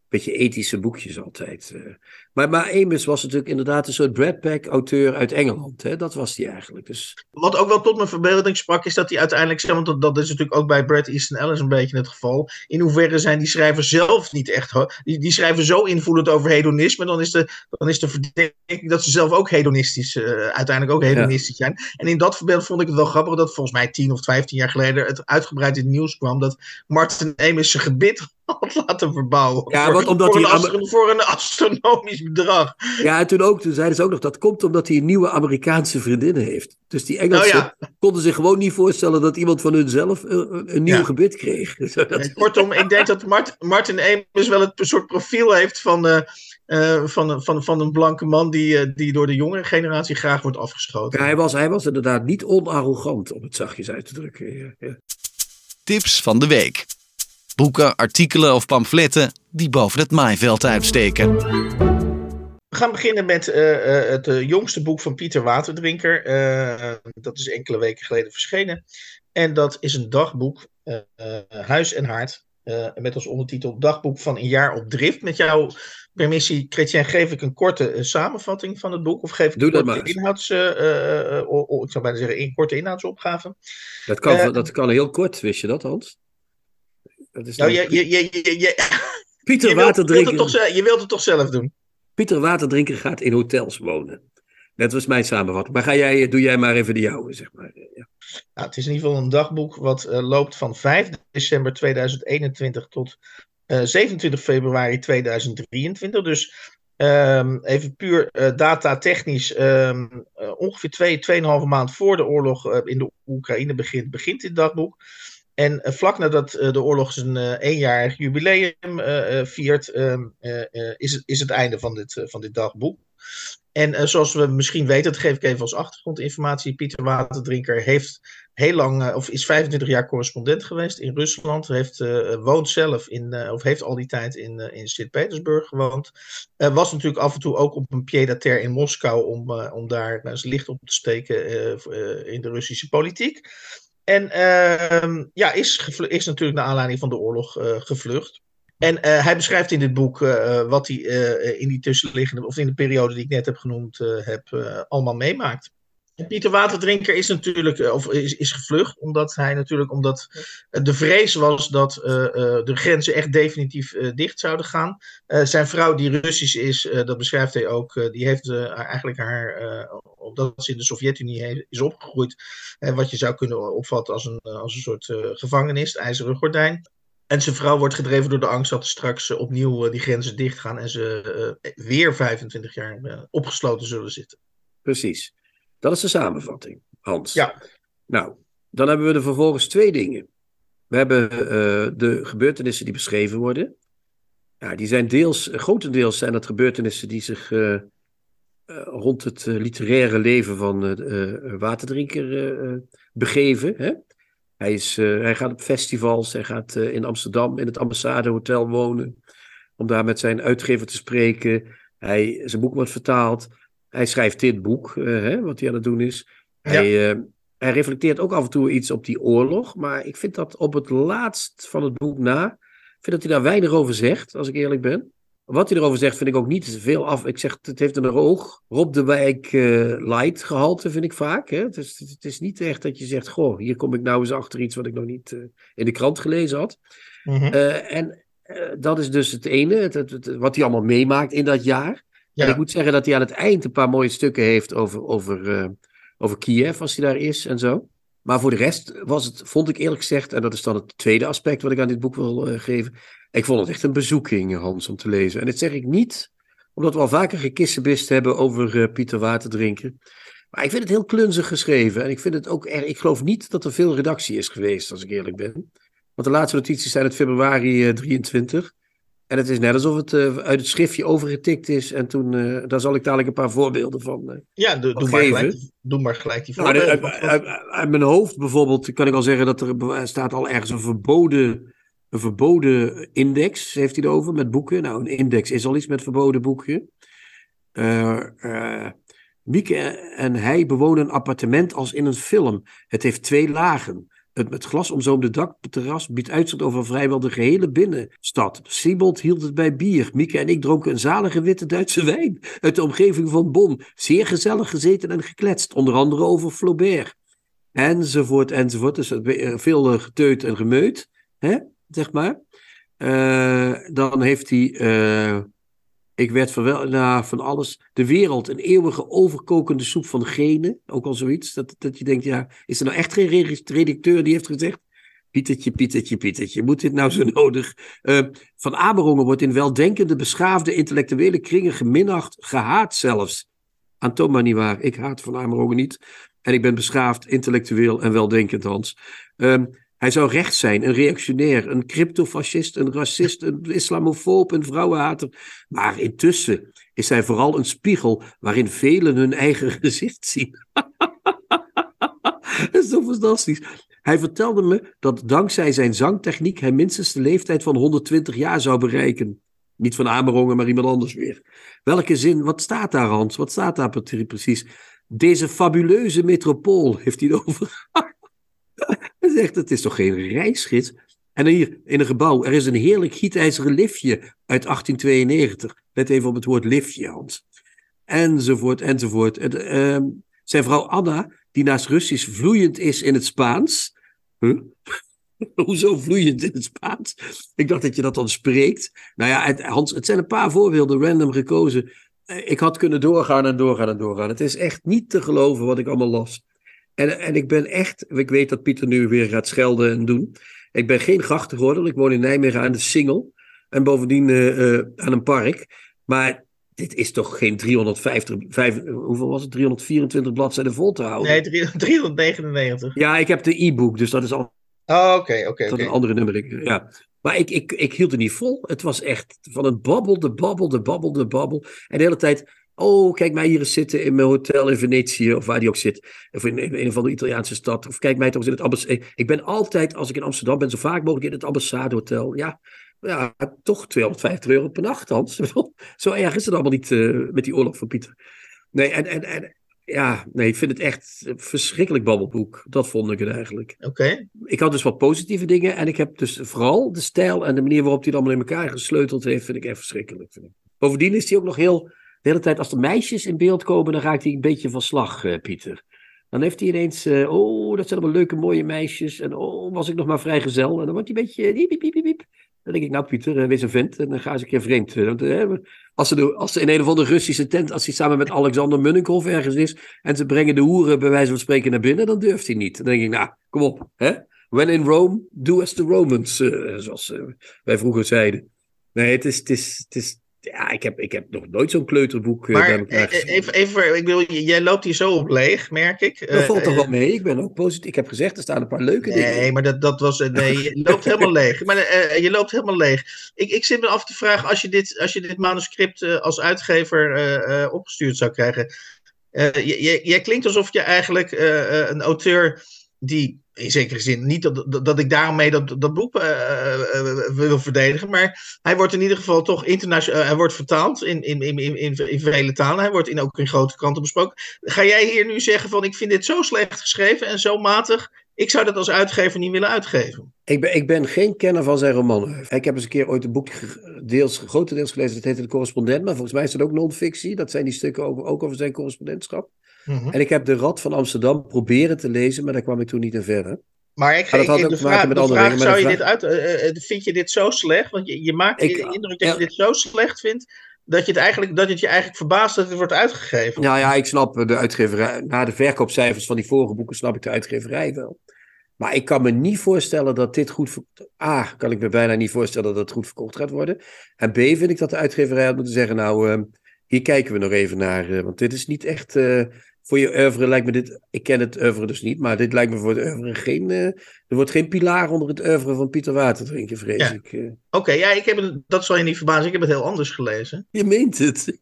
beetje ethische boekjes altijd. Maar, maar Amis was natuurlijk inderdaad een soort Brad Pack-auteur uit Engeland. Hè? Dat was hij eigenlijk. Dus... Wat ook wel tot mijn verbeelding sprak, is dat hij uiteindelijk, want dat, dat is natuurlijk ook bij Bret Easton Ellis een beetje het geval. In hoeverre zijn die schrijvers zelf niet echt, die, die schrijven zo invoelend over hedonisme, dan is de, dan is de verdenking dat ze zelf ook hedonistisch, uh, uiteindelijk ook hedonistisch ja. zijn. En in dat verband vond ik het wel grappig dat volgens mij tien of vijftien jaar geleden het uitgebreid in het nieuws kwam dat Martin Amis zijn gebit had laten verbouwen. Ja, voor, want omdat voor, hij een astro- voor een astronomisch bedrag. Ja, en toen ook, toen zeiden ze ook nog, dat komt omdat hij een nieuwe Amerikaanse vriendinnen heeft. Dus die Engelsen oh, ja. konden zich gewoon niet voorstellen dat iemand van hun zelf een, een nieuw ja. gebit kreeg. Dat... Kortom, ik denk dat Mart, Martin Amis wel het soort profiel heeft van, uh, uh, van, van, van een blanke man die, uh, die door de jongere generatie graag wordt afgeschoten. Ja, hij was, hij was inderdaad niet onarrogant, om het zachtjes uit te drukken. Ja, ja. Tips van de week. Boeken, artikelen of pamfletten die boven het maaiveld uitsteken. We gaan beginnen met uh, uh, het uh, jongste boek van Pieter Waterdrinker. Uh, dat is enkele weken geleden verschenen. En dat is een dagboek, uh, uh, Huis en Haard. Uh, met als ondertitel Dagboek van een jaar op drift. Met jouw permissie, Chrétien, geef ik een korte uh, samenvatting van het boek. Of geef ik Doe een korte inhouds, uh, uh, uh, uh, ik zou bijna zeggen een korte inhoudsopgave. Dat kan, uh, dat kan heel kort, wist je dat, Hans? Dat is nou, je, je, je, je, je, Pieter je, wilt, Waterdrinker, wilt toch, je wilt het toch zelf doen? Pieter Waterdrinker gaat in hotels wonen. Dat was mijn samenvatting. Maar ga jij, doe jij maar even de jouwe, zeg maar. Ja. Nou, het is in ieder geval een dagboek wat uh, loopt van vijf december tweeduizend eenentwintig tot uh, zevenentwintig februari tweeduizend drieëntwintig. Dus um, even puur uh, datatechnisch, um, uh, ongeveer twee, tweeënhalve maand voor de oorlog uh, in de Oekraïne begint, begint dit dagboek. En uh, vlak nadat uh, de oorlog zijn uh, eenjarig jubileum uh, uh, viert, uh, uh, uh, is, het, is het einde van dit, uh, van dit dagboek. En uh, zoals we misschien weten, dat geef ik even als achtergrondinformatie, Pieter Waterdrinker heeft heel lang, uh, of is vijfentwintig jaar correspondent geweest in Rusland, heeft, uh, woont zelf in, uh, of heeft al die tijd in, uh, in Sint-Petersburg gewoond. Uh, was natuurlijk af en toe ook op een pied-à-terre in Moskou om, uh, om daar uh, zijn licht op te steken uh, uh, in de Russische politiek. En uh, ja, is, gevlu- is natuurlijk naar aanleiding van de oorlog uh, gevlucht. En uh, hij beschrijft in dit boek uh, wat hij uh, in die tussenliggende, of in de periode die ik net heb genoemd, uh, heb, uh, allemaal meemaakt. En Pieter Waterdrinker is natuurlijk, uh, of is, is gevlucht, omdat hij natuurlijk, omdat uh, de vrees was dat uh, uh, de grenzen echt definitief uh, dicht zouden gaan. Uh, zijn vrouw, die Russisch is, uh, dat beschrijft hij ook, uh, die heeft uh, eigenlijk haar, uh, omdat ze in de Sovjet-Unie he- is opgegroeid, uh, wat je zou kunnen opvatten als een, uh, als een soort uh, gevangenis, het ijzeren gordijn. En zijn vrouw wordt gedreven door de angst dat er straks uh, opnieuw uh, die grenzen dicht gaan en ze uh, weer vijfentwintig jaar uh, opgesloten zullen zitten. Precies. Dat is de samenvatting, Hans. Ja. Nou, dan hebben we er vervolgens twee dingen. We hebben uh, de gebeurtenissen die beschreven worden. Ja, die zijn deels, grotendeels zijn dat gebeurtenissen die zich uh, uh, rond het uh, literaire leven van uh, uh, Waterdrinker uh, begeven. Hè? Hij, is, uh, hij gaat op festivals, hij gaat uh, in Amsterdam in het Ambassadehotel wonen, om daar met zijn uitgever te spreken. Hij, zijn boek wordt vertaald. Hij schrijft dit boek, uh, hè, wat hij aan het doen is. Ja. Hij, uh, hij reflecteert ook af en toe iets op die oorlog, maar ik vind dat op het laatst van het boek na, ik vind dat hij daar weinig over zegt, als ik eerlijk ben. Wat hij erover zegt, vind ik ook niet veel af. Ik zeg, het heeft een hoog Rob de Wijk uh, light gehalte, vind ik vaak. Hè? Het, is, het is niet echt dat je zegt, goh, hier kom ik nou eens achter iets wat ik nog niet uh, in de krant gelezen had. Mm-hmm. Uh, en uh, dat is dus het ene, het, het, het, wat hij allemaal meemaakt in dat jaar. Ja. En ik moet zeggen dat hij aan het eind een paar mooie stukken heeft over, over, uh, over Kiev, als hij daar is en zo. Maar voor de rest was het, vond ik eerlijk gezegd, en dat is dan het tweede aspect wat ik aan dit boek wil uh, geven. Ik vond het echt een bezoeking, Hans, om te lezen. En dat zeg ik niet omdat we al vaker gekissenbist hebben over uh, Pieter Waterdrinker. Maar ik vind het heel klunzig geschreven. En ik vind het ook erg. Ik geloof niet dat er veel redactie is geweest, als ik eerlijk ben. Want de laatste notities zijn uit februari uh, drieëntwintig. En het is net alsof het uh, uit het schriftje overgetikt is. En toen, uh, daar zal ik dadelijk een paar voorbeelden van uh, Ja, doe, doe, maar gelijk, doe maar gelijk die voorbeelden. Nou, voorbeelden. uit, uit, uit, uit mijn hoofd bijvoorbeeld kan ik al zeggen dat er, er staat al ergens een verboden... Een verboden index heeft hij erover met boeken. Nou, een index is al iets met verboden boeken. Uh, uh, Mieke en hij bewonen een appartement als in een film. Het heeft twee lagen. Het met glas omzoomde dakterras biedt uitzicht over vrijwel de gehele binnenstad. Siebold hield het bij bier. Mieke en ik dronken een zalige witte Duitse wijn uit de omgeving van Bonn. Zeer gezellig gezeten en gekletst, onder andere over Flaubert. Enzovoort, enzovoort. Dus veel geteut en gemeut, hè, zeg maar. Uh, dan heeft hij... Uh, ik werd van, wel, nou, van alles... De wereld, een eeuwige overkokende soep van genen. Ook al zoiets. Dat, dat je denkt, ja... Is er nou echt geen redacteur die heeft gezegd... Pietertje, Pietertje, Pietertje. Moet dit nou zo nodig? Uh, van Amerongen wordt in weldenkende, beschaafde, intellectuele kringen geminacht, gehaat zelfs. Aantoon maar niet waar. Ik haat Van Amerongen niet. En ik ben beschaafd, intellectueel en weldenkend, Hans. Um, hij zou rechts zijn, een reactionair, een cryptofascist, een racist, een islamofoob, een vrouwenhater. Maar intussen is hij vooral een spiegel waarin velen hun eigen gezicht zien. Dat is zo fantastisch. Hij vertelde me dat dankzij zijn zangtechniek hij minstens de leeftijd van honderdtwintig jaar zou bereiken. Niet Van Amerongen, maar iemand anders weer. Welke zin, wat staat daar, Hans? Wat staat daar precies? Deze fabuleuze metropool heeft hij het over. Hij zegt, het is toch geen reisgids? En hier in een gebouw, er is een heerlijk gietijzeren liftje uit achttien tweeënnegentig. Let even op het woord liftje, Hans. Enzovoort, enzovoort. En, uh, zijn vrouw Anna, die naast Russisch vloeiend is in het Spaans. Huh? Hoezo vloeiend in het Spaans? Ik dacht dat je dat dan spreekt. Nou ja, het, Hans, het zijn een paar voorbeelden random gekozen. Ik had kunnen doorgaan en doorgaan en doorgaan. Het is echt niet te geloven wat ik allemaal las. En, en ik ben echt, ik weet dat Pieter nu weer gaat schelden en doen. Ik ben geen grachtengordel, ik woon in Nijmegen aan de Singel. En bovendien uh, uh, aan een park. Maar dit is toch geen driehonderdvijftig, vijf, hoeveel was het? driehonderdvierentwintig bladzijden vol te houden? Nee, driehonderdnegenennegentig. Ja, ik heb de e-book, dus dat is al oh, oké, oké, dat oké. een andere nummer. Ja. Maar ik, ik, ik hield het niet vol. Het was echt van het babbelde, babbelde, babbelde, babbel. En de hele tijd, oh, kijk mij hier eens zitten in mijn hotel in Venetië, of waar die ook zit. Of in, in een of andere Italiaanse stad. Of kijk mij toch eens in het ambassade. Ik ben altijd, als ik in Amsterdam ben, zo vaak mogelijk in het ambassadehotel. Ja, ja, toch tweehonderdvijftig euro per nacht, Hans. Zo erg is het allemaal niet uh, met die oorlog van Pieter. Nee, en, en, en ja, nee, ik vind het echt een verschrikkelijk babbelboek. Dat vond ik het eigenlijk. Oké. Okay. Ik had dus wat positieve dingen. En ik heb dus vooral de stijl en de manier waarop hij het allemaal in elkaar gesleuteld heeft, vind ik echt verschrikkelijk. Vind ik. Bovendien is hij ook nog heel, de hele tijd als de meisjes in beeld komen, dan raakt hij een beetje van slag, uh, Pieter. Dan heeft hij ineens, uh, oh, dat zijn allemaal leuke, mooie meisjes. En oh, was ik nog maar vrijgezel. En dan wordt hij een beetje, diep, diep, diep, diep. Dan denk ik, nou Pieter, uh, wees een vent. En dan ga eens een keer vreemd. Want, uh, als, ze de, als ze in een of andere Russische tent, als hij samen met Alexander Munnikhoff ergens is, en ze brengen de hoeren bij wijze van spreken naar binnen, dan durft hij niet. Dan denk ik, nou, kom op. Hè? When in Rome, do as the Romans. Uh, zoals uh, wij vroeger zeiden. Nee, het is, het is, het is ja, ik heb, ik heb nog nooit zo'n kleuterboek uh, maar, bij elkaar gezien. Even, even, ik bedoel, jij loopt hier zo op leeg, merk ik. Dat valt toch uh, wel mee, ik ben ook positief. Ik heb gezegd, er staan een paar leuke nee, dingen. Nee, maar dat, dat was, nee, je loopt helemaal leeg. Maar uh, je loopt helemaal leeg. Ik, ik zit me af te vragen, als je dit, als je dit manuscript uh, als uitgever uh, uh, opgestuurd zou krijgen. Uh, jij klinkt alsof je eigenlijk uh, uh, een auteur die, in zekere zin, niet dat, dat, dat ik daarmee dat, dat boek uh, uh, wil verdedigen, maar hij wordt in ieder geval toch internationaal, uh, hij wordt vertaald in, in, in, in, in, in vele talen, hij wordt in, ook in grote kranten besproken. Ga jij hier nu zeggen van, ik vind dit zo slecht geschreven en zo matig, ik zou dat als uitgever niet willen uitgeven? Ik ben, ik ben geen kenner van zijn roman. Ik heb eens een keer ooit een boek deels, grotendeels gelezen, dat heette De Correspondent, maar volgens mij is dat ook non-fictie, dat zijn die stukken ook, ook over zijn correspondentschap. Mm-hmm. En ik heb De Rad van Amsterdam proberen te lezen, maar daar kwam ik toen niet in verder. Maar ik, maar dat had ik, ook de te maken vraag, met de andere vraag dingen. Zou je vraag... dit uit, uh, vind je dit zo slecht? Want je, je maakt ik, de indruk dat uh, je dit zo slecht vindt, dat, je het eigenlijk, dat het je eigenlijk verbaast dat het wordt uitgegeven. Nou ja, ik snap de uitgeverij. Na de verkoopcijfers van die vorige boeken snap ik de uitgeverij wel. Maar ik kan me niet voorstellen dat dit goed... Ver... A, kan ik me bijna niet voorstellen dat het goed verkocht gaat worden. En B, vind ik dat de uitgeverij had moeten zeggen, nou, uh, hier kijken we nog even naar. Uh, want dit is niet echt... Uh, voor je oeuvre lijkt me dit... Ik ken het oeuvre dus niet, maar dit lijkt me voor het oeuvre geen... Uh, er wordt geen pilaar onder het oeuvre van Pieter Waterdrinker, vrees ja. ik. Uh. Oké, okay, ja, ik heb het, dat zal je niet verbazen. Ik heb het heel anders gelezen. Je meent het.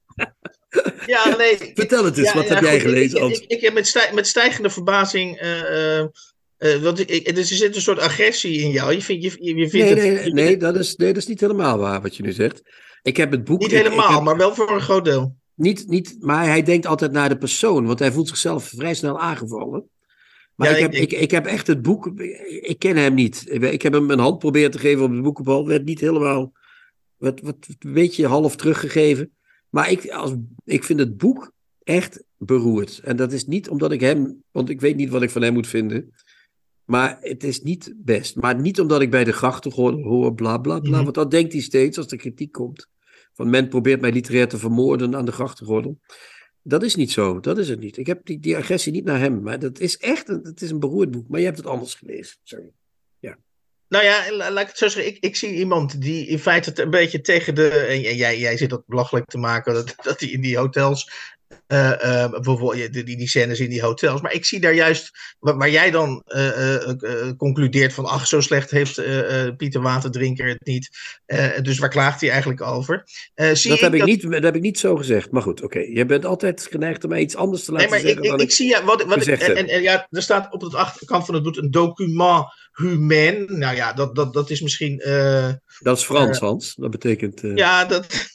Ja, nee. Vertel het eens, ja, wat ja, heb goed, jij gelezen? Ik, ik, ik, ik heb met, stij, met stijgende verbazing... Uh, uh, want ik, ik, dus er zit een soort agressie in jou. Je vindt, je, je vindt nee, het, nee, je nee, het, dat is, nee, dat is niet helemaal waar wat je nu zegt. Ik heb het boek... Niet helemaal, ik, ik heb, maar wel voor een groot deel. Niet, niet, maar hij denkt altijd naar de persoon, want hij voelt zichzelf vrij snel aangevallen. Maar Ja, ik, heb, ik- ik, ik heb echt het boek... Ik ken hem niet. Ik heb hem een hand proberen te geven op het boekenbal. Werd niet helemaal... Werd, werd een beetje half teruggegeven. Maar ik, als, ik vind het boek echt beroerd. En dat is niet omdat ik hem... Want ik weet niet wat ik van hem moet vinden. Maar het is niet best. Maar niet omdat ik bij de grachtengordel hoor bla bla bla. Mhm. Want dat denkt hij steeds als de kritiek komt. Van men probeert mij literair te vermoorden aan de grachtengordel. Dat is niet zo. Dat is het niet. Ik heb die, die agressie niet naar hem. Maar dat is echt een, het is een beroerd boek. Maar je hebt het anders gelezen. Sorry. Nou ja, la- laat ik het zo zeggen. Ik, ik zie iemand die in feite het een beetje tegen de... En jij, jij zit dat belachelijk te maken, dat, dat hij in die hotels... eh, eh, bijvoorbeeld die, die, die scènes in die hotels. Maar ik zie daar juist... Waar, waar jij dan eh, eh, eh, concludeert van... Ach, zo slecht heeft eh, eh, Pieter Waterdrinker het niet. Eh, dus waar klaagt hij eigenlijk over? Eh, zie Dat heb, ik dat... niet, dat heb ik niet zo gezegd. Maar goed, oké. Je bent altijd geneigd om mij iets anders te laten Nee, maar ik, zeggen ik, dan ik zie ja, wat, wat ik, gezegd en, heb. en, en ja, er staat op de achterkant van het boek een document humain. Nou ja, dat, dat, dat is misschien. eh, Dat is Frans, Hans. Dat betekent... eh, ja, dat.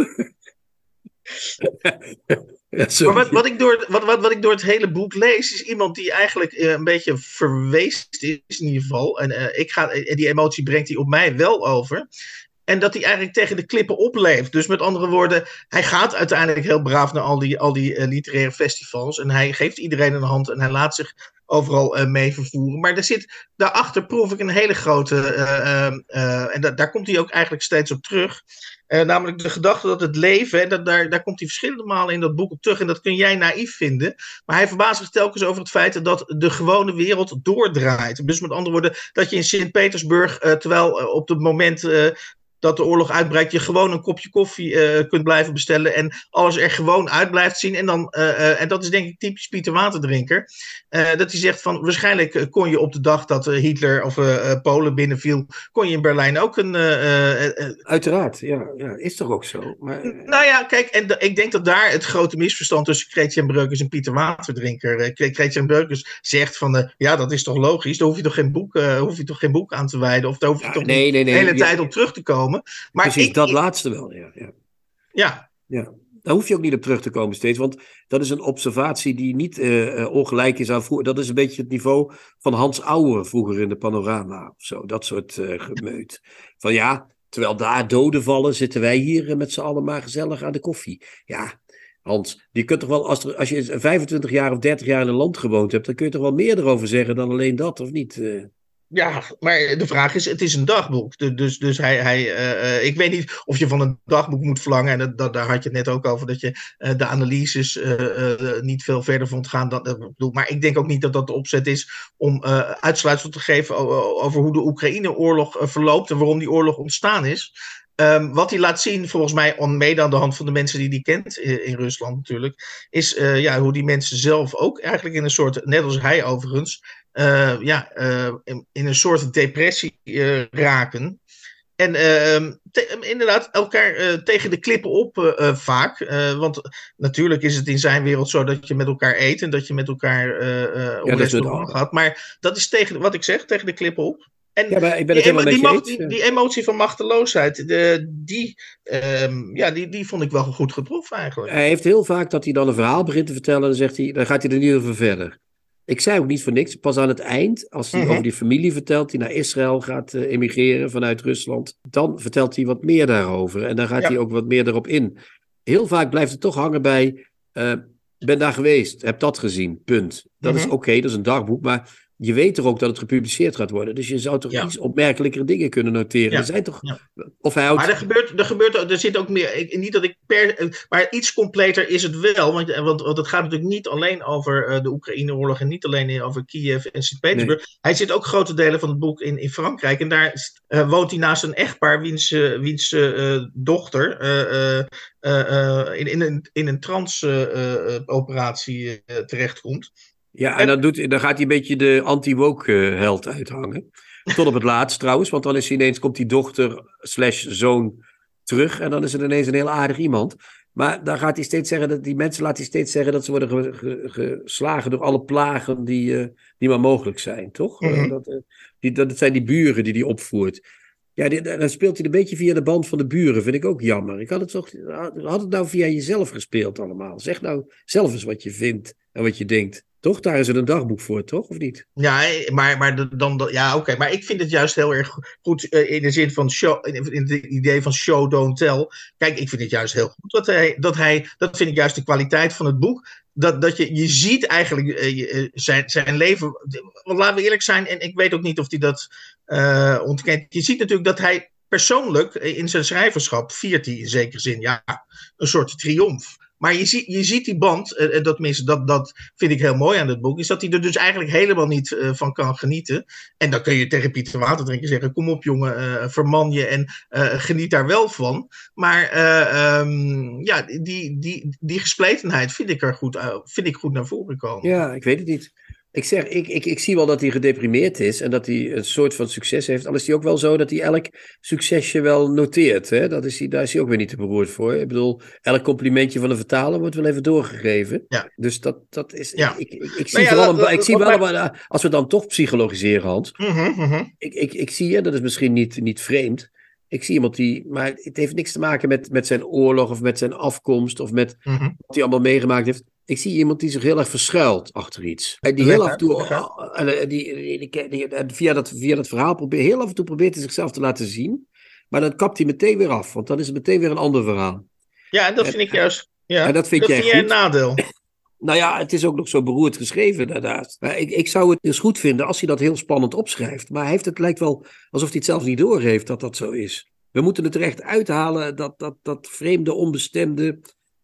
ja, sorry. Maar wat, wat, ik door, wat, wat, wat ik door het hele boek lees, is iemand die eigenlijk eh, een beetje verweest is, in ieder geval. En eh, ik ga, en die emotie brengt hij op mij wel over. En dat hij eigenlijk tegen de klippen opleeft. Dus met andere woorden, hij gaat uiteindelijk heel braaf naar al die, al die uh, literaire festivals. En hij geeft iedereen een hand en hij laat zich overal uh, mee vervoeren. Maar er zit, daarachter proef ik een hele grote... Uh, uh, uh, en da- daar komt hij ook eigenlijk steeds op terug. Uh, namelijk de gedachte dat het leven, en dat, daar, daar komt hij verschillende malen in dat boek op terug. En dat kun jij naïef vinden. Maar hij verbaast zich telkens over het feit dat de gewone wereld doordraait. Dus met andere woorden, dat je in Sint-Petersburg, uh, terwijl uh, op het moment... Uh, dat de oorlog uitbreidt, je gewoon een kopje koffie uh, kunt blijven bestellen en alles er gewoon uit blijft zien. En, dan, uh, uh, en dat is denk ik typisch Pieter Waterdrinker. Uh, dat hij zegt van, waarschijnlijk uh, kon je op de dag dat uh, Hitler of uh, uh, Polen binnenviel, kon je in Berlijn ook een... Uh, uh, uh, Uiteraard, ja, ja. Is toch ook zo? Maar, uh... Nou ja, kijk, en de, ik denk dat daar het grote misverstand tussen Chrétien Breukers en Pieter Waterdrinker. Uh, Chrétien Breukers zegt van, uh, ja, dat is toch logisch, daar hoef je toch geen boek, uh, hoef je toch geen boek aan te wijden, of daar hoef je ja, toch nee, niet nee, nee, de hele ja, tijd op terug te komen. Maar precies, ik, dat ik, laatste wel, ja. Ja. ja. ja. Daar hoef je ook niet op terug te komen steeds, want dat is een observatie die niet uh, uh, ongelijk is aan vroeger. Dat is een beetje het niveau van Hans Ouwe vroeger in de Panorama of zo, dat soort uh, gemeut. Van ja, terwijl daar doden vallen, zitten wij hier uh, met z'n allen maar gezellig aan de koffie. Ja, Hans, je kunt toch wel, als, er, als je vijfentwintig jaar of dertig jaar in een land gewoond hebt, dan kun je toch wel meer erover zeggen dan alleen dat, of niet? Uh, Ja, maar de vraag is, het is een dagboek. Dus, dus hij, hij, uh, ik weet niet of je van een dagboek moet verlangen. En dat, dat, daar had je het net ook over, dat je uh, de analyses uh, uh, niet veel verder vond gaan. Dan, uh, bedoel, maar ik denk ook niet dat dat de opzet is om uh, uitsluitsel te geven over, over hoe de Oekraïne-oorlog uh, verloopt en waarom die oorlog ontstaan is. Um, wat hij laat zien, volgens mij, on, mede aan de hand van de mensen die hij kent in, in Rusland natuurlijk, is uh, ja, hoe die mensen zelf ook eigenlijk in een soort, net als hij overigens, uh, ja, uh, in, in een soort depressie uh, raken. En uh, te, inderdaad elkaar uh, tegen de klippen op uh, uh, vaak. Uh, want natuurlijk is het in zijn wereld zo dat je met elkaar eet en dat je met elkaar uh, uh, op ja, restaurant gaat. Maar dat is tegen, wat ik zeg, tegen de klippen op. En ja, maar ik ben het helemaal die, met je die, eens. die, die emotie van machteloosheid, de, die, um, ja, die, die vond ik wel goed getroffen eigenlijk. Hij heeft heel vaak dat hij dan een verhaal begint te vertellen, dan, zegt hij, dan gaat hij er niet over verder. Ik zei ook niet voor niks, pas aan het eind, als hij mm-hmm. over die familie vertelt, die naar Israël gaat uh, emigreren vanuit Rusland, dan vertelt hij wat meer daarover en dan gaat ja. hij ook wat meer erop in. Heel vaak blijft het toch hangen bij, uh, ben daar geweest, heb dat gezien, punt. Dat mm-hmm. is oké, okay, dat is een dagboek, maar je weet toch ook dat het gepubliceerd gaat worden. Dus je zou toch ja. iets opmerkelijkere dingen kunnen noteren. Ja. Er zijn toch... Ja. Of hij houdt... Maar er gebeurt, er gebeurt, er zit ook meer... Ik, niet dat ik per... Maar iets completer is het wel. Want, want, want het gaat natuurlijk niet alleen over uh, de Oekraïne-oorlog en niet alleen over Kiev en Sint-Petersburg. Nee. Hij zit ook grote delen van het boek in, in Frankrijk. En daar uh, woont hij naast een echtpaar wiens, uh, wiens uh, dochter uh, uh, uh, in, in een, in een trans-operatie uh, uh, terechtkomt. Ja, en dan, doet, dan gaat hij een beetje de anti-woke uithangen. Tot op het laatst trouwens, want dan is hij ineens, komt die dochter slash zoon terug en dan is het ineens een heel aardig iemand. Maar dan gaat hij steeds zeggen, dat die mensen laat hij steeds zeggen dat ze worden ge, ge, geslagen door alle plagen die, uh, die maar mogelijk zijn, toch? Mm-hmm. Uh, dat, uh, die, dat zijn die buren die hij opvoert. Ja, die, dan speelt hij een beetje via de band van de buren, vind ik ook jammer. Ik had het, toch, had het nou via jezelf gespeeld allemaal. Zeg nou zelf eens wat je vindt en wat je denkt. Toch? Daar is het een dagboek voor, toch? Of niet? Ja, maar, maar dan, ja, oké. Okay. Maar ik vind het juist heel erg goed uh, in de zin van show, in het idee van show, don't tell. Kijk, ik vind het juist heel goed dat hij, dat hij, dat vind ik juist de kwaliteit van het boek. Dat, dat je, je ziet eigenlijk uh, zijn, zijn leven. Want laten we eerlijk zijn, en ik weet ook niet of hij dat uh, ontkent. Je ziet natuurlijk dat hij persoonlijk in zijn schrijverschap viert hij in zekere zin, ja, een soort triomf. Maar je, zie, je ziet die band, uh, dat, tenminste, dat, dat vind ik heel mooi aan het boek, is dat hij er dus eigenlijk helemaal niet uh, van kan genieten. En dan kun je tegen Pieter Waterdrinker zeggen, kom op jongen, uh, verman je en uh, geniet daar wel van. Maar uh, um, ja, die, die, die gespletenheid vind ik er goed, uh, vind ik goed naar voren komen. Ja, ik weet het niet. Ik zeg, ik, ik, ik zie wel dat hij gedeprimeerd is en dat hij een soort van succes heeft. Al is hij ook wel zo dat hij elk succesje wel noteert. Hè? Dat is hij, daar is hij ook weer niet te beroerd voor. Ik bedoel, elk complimentje van de vertaler wordt wel even doorgegeven. Ja. Dus dat, dat is... Ja. Ik, ik, ik, ik zie ja, vooral... dat, een, ik zie dat, wel een, als we dan toch psychologiseren, Hans. Mm-hmm, mm-hmm. Ik, ik, ik zie, en dat is misschien niet, niet vreemd... Ik zie iemand die, maar het heeft niks te maken met, met zijn oorlog of met zijn afkomst of met mm-hmm. wat hij allemaal meegemaakt heeft. Ik zie iemand die zich heel erg verschuilt achter iets. En die heel af en toe, die, die, die, die, via, dat, via dat verhaal probeert, heel af en toe probeert hij zichzelf te laten zien. Maar dan kapt hij meteen weer af, want dan is het meteen weer een ander verhaal. Ja, en dat en, vind ik juist, ja, en dat vind, dat jij, vind jij een nadeel. Nou ja, het is ook nog zo beroerd geschreven daarnaast. Ik, ik zou het dus goed vinden als hij dat heel spannend opschrijft. Maar hij heeft, het lijkt wel alsof hij het zelfs niet doorheeft dat dat zo is. We moeten het er echt uithalen, dat, dat, dat vreemde, onbestemde.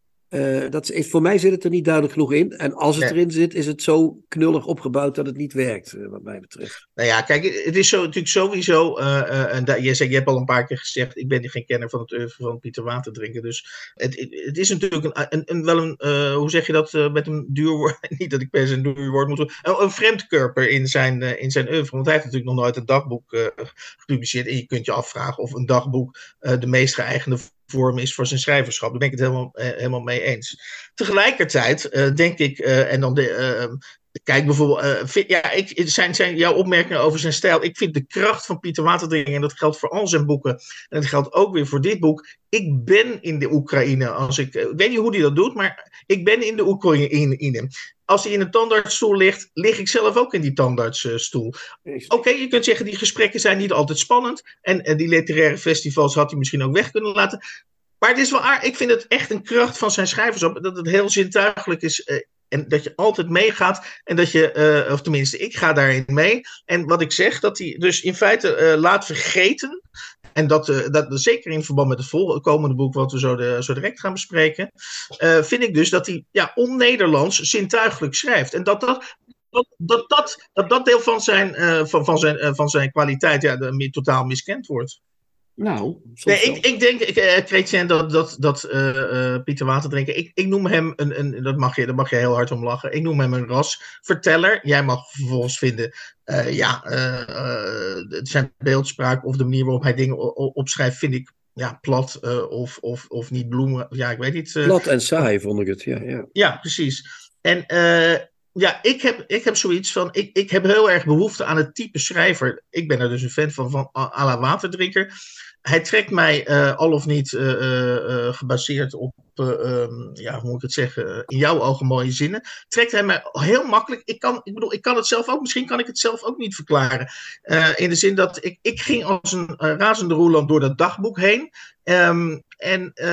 Uh, dat is, voor mij zit het er niet duidelijk genoeg in. En als het nee. erin zit, is het zo knullig opgebouwd dat het niet werkt, uh, wat mij betreft. Nou ja, kijk, het is zo, natuurlijk sowieso. Uh, uh, en da, je, je hebt al een paar keer gezegd, ik ben geen kenner van het oeuvre van Pieter Waterdrinker. Dus het, het is natuurlijk een, een, een, wel een, uh, hoe zeg je dat uh, met een duur woord? Niet dat ik per se een duur woord moet doen. Een, een vreemdkörper in zijn, uh, in zijn oeuvre. Want hij heeft natuurlijk nog nooit een dagboek uh, gepubliceerd. En je kunt je afvragen of een dagboek uh, de meest geëigende vorm is voor zijn schrijverschap. Daar ben ik het helemaal, uh, helemaal mee eens. Tegelijkertijd uh, denk ik, uh, en dan de... Uh, Kijk bijvoorbeeld, uh, vind, ja, ik, zijn, zijn jouw opmerkingen over zijn stijl. Ik vind de kracht van Pieter Waterdrinker, en dat geldt voor al zijn boeken, en dat geldt ook weer voor dit boek. Ik ben in de Oekraïne. Als ik, ik weet niet hoe hij dat doet, maar ik ben in de Oekraïne. Als hij in een tandartsstoel ligt, lig ik zelf ook in die tandartsstoel. Oké, okay, je kunt zeggen, die gesprekken zijn niet altijd spannend. En, en die literaire festivals had hij misschien ook weg kunnen laten. Maar het is wel aardig. Ik vind het echt een kracht van zijn schrijvers, dat het heel zintuigelijk is. Uh, En dat je altijd meegaat. En dat je, uh, of tenminste, ik ga daarin mee. En wat ik zeg, dat hij dus in feite uh, laat vergeten. En dat, uh, dat zeker in verband met het volgende boek, wat we zo, de, zo direct gaan bespreken. Uh, vind ik dus dat hij ja, on-Nederlands zintuigelijk schrijft. En dat dat. Dat dat, dat, dat, dat deel van zijn, uh, van, van, zijn, uh, van zijn kwaliteit ja, de, totaal miskend wordt. Nou, nee, ik, ik denk, uh, Chrétien, dat, dat, dat uh, uh, Pieter Waterdrinker, ik, ik noem hem een, een dat mag je, daar mag je heel hard om lachen, ik noem hem een rasverteller. Jij mag vervolgens vinden, uh, ja, uh, uh, zijn beeldspraak of de manier waarop hij dingen o- opschrijft, vind ik ja, plat uh, of, of, of niet bloemen, ja, ik weet niet. Uh, plat en saai vond ik het, ja. Ja, ja precies. En uh, ja, ik heb, ik heb zoiets van, ik, ik heb heel erg behoefte aan het type schrijver. Ik ben er dus een fan van, van à la Waterdrinker. Hij trekt mij uh, al of niet uh, uh, gebaseerd op, uh, um, ja, hoe moet ik het zeggen, in jouw ogen mooie zinnen. Trekt hij mij heel makkelijk. Ik kan, ik bedoel, ik kan het zelf ook, misschien kan ik het zelf ook niet verklaren. Uh, in de zin dat ik, ik ging als een uh, razende roeland door dat dagboek heen. Um, en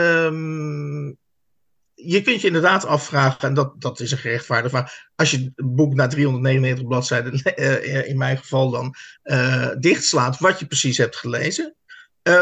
um, je kunt je inderdaad afvragen, en dat, dat is een gerechtvaardigde vraag, als je het boek na driehonderdnegenennegentig bladzijden, uh, in mijn geval dan, uh, dichtslaat, wat je precies hebt gelezen. Uh,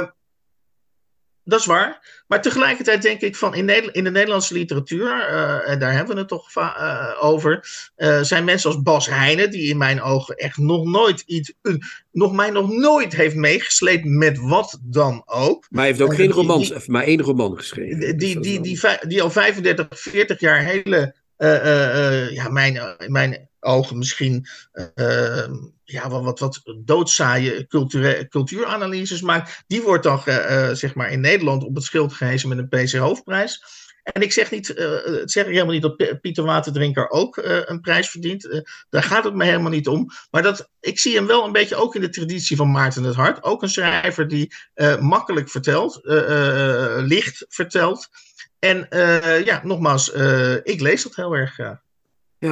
dat is waar. Maar tegelijkertijd denk ik van in, Neder- in de Nederlandse literatuur, uh, en daar hebben we het toch va- uh, over, uh, zijn mensen als Bas Heijnen, die in mijn ogen echt nog nooit iets, uh, nog mij nog nooit heeft meegesleept met wat dan ook. Maar hij heeft ook uh, geen romans, die, maar één roman geschreven. Die, die, die, die, die, die al vijfendertig, veertig jaar hele, uh, uh, uh, ja, mijn, uh, mijn ogen misschien, uh, ja, wat, wat, wat doodzaaie culture, cultuuranalyses maakt. Die wordt dan uh, zeg maar in Nederland op het schild gehezen met een P C Hoofdprijs. En ik zeg niet, uh, het zeg ik helemaal niet dat Pieter Waterdrinker ook uh, een prijs verdient. Uh, daar gaat het me helemaal niet om. Maar dat, ik zie hem wel een beetje ook in de traditie van Maarten het Hart. Ook een schrijver die uh, makkelijk vertelt, uh, uh, licht vertelt. En uh, ja, nogmaals, uh, ik lees dat heel erg graag. Ja.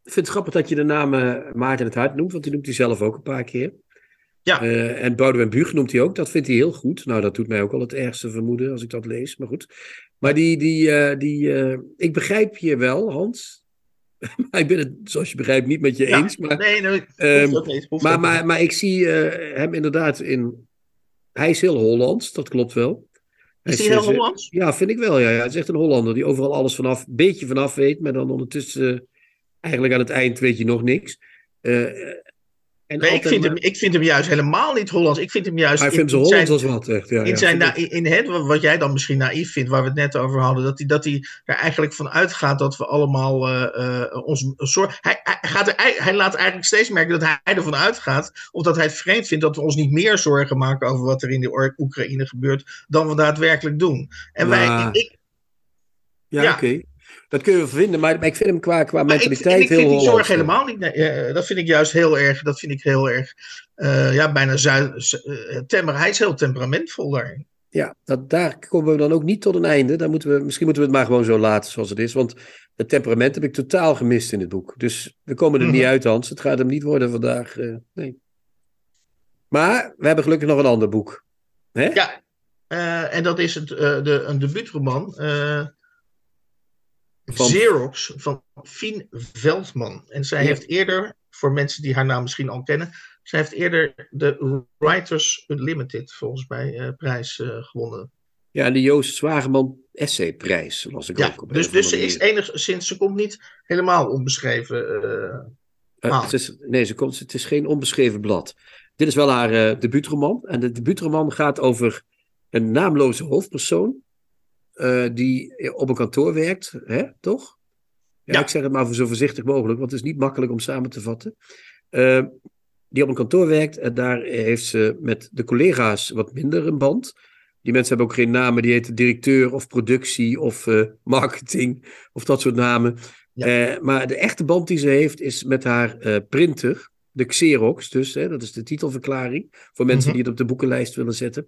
Ik vind het grappig dat je de naam uh, Maarten het Hart noemt, want die noemt hij zelf ook een paar keer. Ja. Uh, en Boudewijn Buug noemt hij ook, dat vindt hij heel goed. Nou, dat doet mij ook al het ergste vermoeden als ik dat lees, maar goed. Maar die, die, uh, die uh, ik begrijp je wel, Hans. Maar ik ben het, zoals je begrijpt, niet met je ja, eens. Maar, nee, nee, um, hoeft niet, hoeft maar, maar, maar ik zie uh, hem inderdaad in... Hij is heel Hollands, dat klopt wel. Is hij heel Hollands? Ja, vind ik wel. Ja, ja. Hij is echt een Hollander die overal alles vanaf, een beetje vanaf weet, maar dan ondertussen uh, eigenlijk aan het eind weet je nog niks. Uh, En nee, ik vind, maar... hem, ik vind hem juist helemaal niet Hollands. Ik vind hem juist... Hij vindt ze Hollands als wat, echt. Ja, in ja, zijn na, in, in het, wat jij dan misschien naïef vindt, waar we het net over hadden, dat hij, dat hij er eigenlijk van uitgaat dat we allemaal uh, uh, ons zorg... Hij, hij, gaat er, hij laat eigenlijk steeds merken dat hij ervan uitgaat, of dat hij het vreemd vindt dat we ons niet meer zorgen maken over wat er in de Oekraïne gebeurt, dan we daadwerkelijk doen. En maar... wij... Ik, ja, ja. oké. Okay. Dat kun je vinden, maar ik vind hem qua, qua mentaliteit ik, en ik heel vind die zorg Hollands. helemaal niet. Nee, uh, dat vind ik juist heel erg. Dat vind ik heel erg. Uh, ja, bijna zuid. Uh, temper, hij is heel temperamentvol daarin. Ja, dat, daar komen we dan ook niet tot een einde. Dan moeten we, misschien moeten we het maar gewoon zo laten zoals het is. Want het temperament heb ik totaal gemist in het boek. Dus we komen er mm-hmm. niet uit, Hans. Het gaat hem niet worden vandaag. Uh, nee. Maar we hebben gelukkig nog een ander boek. Hè? Ja, uh, en dat is het, uh, de, een debuutroman. Uh, Van... Xerox van Fien Veldman. En zij ja. heeft eerder, voor mensen die haar naam misschien al kennen, zij heeft eerder de Writers Unlimited, volgens mij, uh, prijs uh, gewonnen. Ja, en de Joost Zwageman Essayprijs, las ik ja, ook. Op dus dus ze is enigszins, ze komt niet helemaal onbeschreven uh, uh, het is, Nee, ze komt, het is geen onbeschreven blad. Dit is wel haar uh, debuutroman. En de debuutroman gaat over een naamloze hoofdpersoon. Uh, die op een kantoor werkt, hè, toch? Ja, ja. Ik zeg het maar zo voorzichtig mogelijk, want het is niet makkelijk om samen te vatten. Uh, die op een kantoor werkt en daar heeft ze met de collega's wat minder een band. Die mensen hebben ook geen namen, die heten directeur of productie of uh, marketing of dat soort namen. Ja. Uh, maar de echte band die ze heeft is met haar uh, printer, de Xerox dus, hè, dat is de titelverklaring voor mensen mm-hmm. die het op de boekenlijst willen zetten.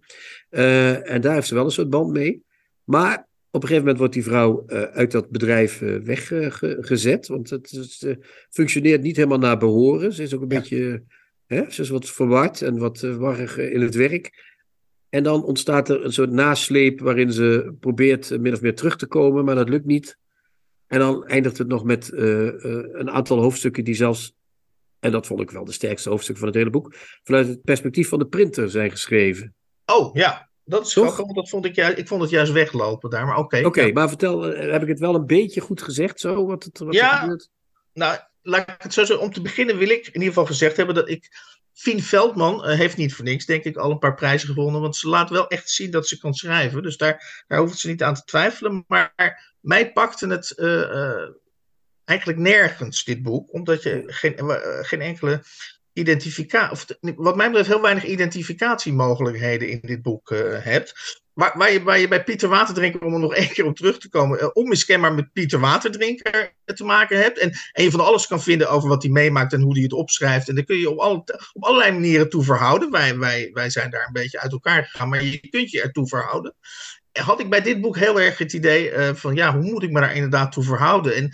Uh, en daar heeft ze wel een soort band mee. Maar op een gegeven moment wordt die vrouw uh, uit dat bedrijf uh, weggezet. Uh, want het, het uh, functioneert niet helemaal naar behoren. Ze is ook een ja. beetje... Hè, ze is wat verward en wat uh, warrig uh, in het werk. En dan ontstaat er een soort nasleep waarin ze probeert uh, min of meer terug te komen. Maar dat lukt niet. En dan eindigt het nog met uh, uh, een aantal hoofdstukken die zelfs... En dat vond ik wel de sterkste hoofdstukken van het hele boek. Vanuit het perspectief van de printer zijn geschreven. Oh, ja. Dat is grappig, want dat vond ik, juist, ik vond het juist weglopen daar, maar oké. Okay, oké, okay, ja. Maar vertel, heb ik het wel een beetje goed gezegd zo, wat, het, wat ja, er gebeurt? Nou, laat ik het zo zeggen. Om te beginnen wil ik in ieder geval gezegd hebben dat ik... Fien Veldman uh, heeft niet voor niks, denk ik, al een paar prijzen gewonnen, want ze laat wel echt zien dat ze kan schrijven. Dus daar, daar hoeft ze niet aan te twijfelen, maar mij pakte het uh, uh, eigenlijk nergens, dit boek, omdat je geen, uh, geen enkele... Identificatie, of wat mij betreft heel weinig identificatiemogelijkheden in dit boek uh, hebt. Waar, waar, je, waar je bij Pieter Waterdrinker, om er nog één keer op terug te komen, uh, onmiskenbaar met Pieter Waterdrinker te maken hebt. En, en je van alles kan vinden over wat hij meemaakt en hoe hij het opschrijft. En daar kun je op, alle, op allerlei manieren toe verhouden. Wij, wij, wij zijn daar een beetje uit elkaar gegaan, maar je kunt je ertoe verhouden. En had ik bij dit boek heel erg het idee uh, van, ja, hoe moet ik me daar inderdaad toe verhouden? En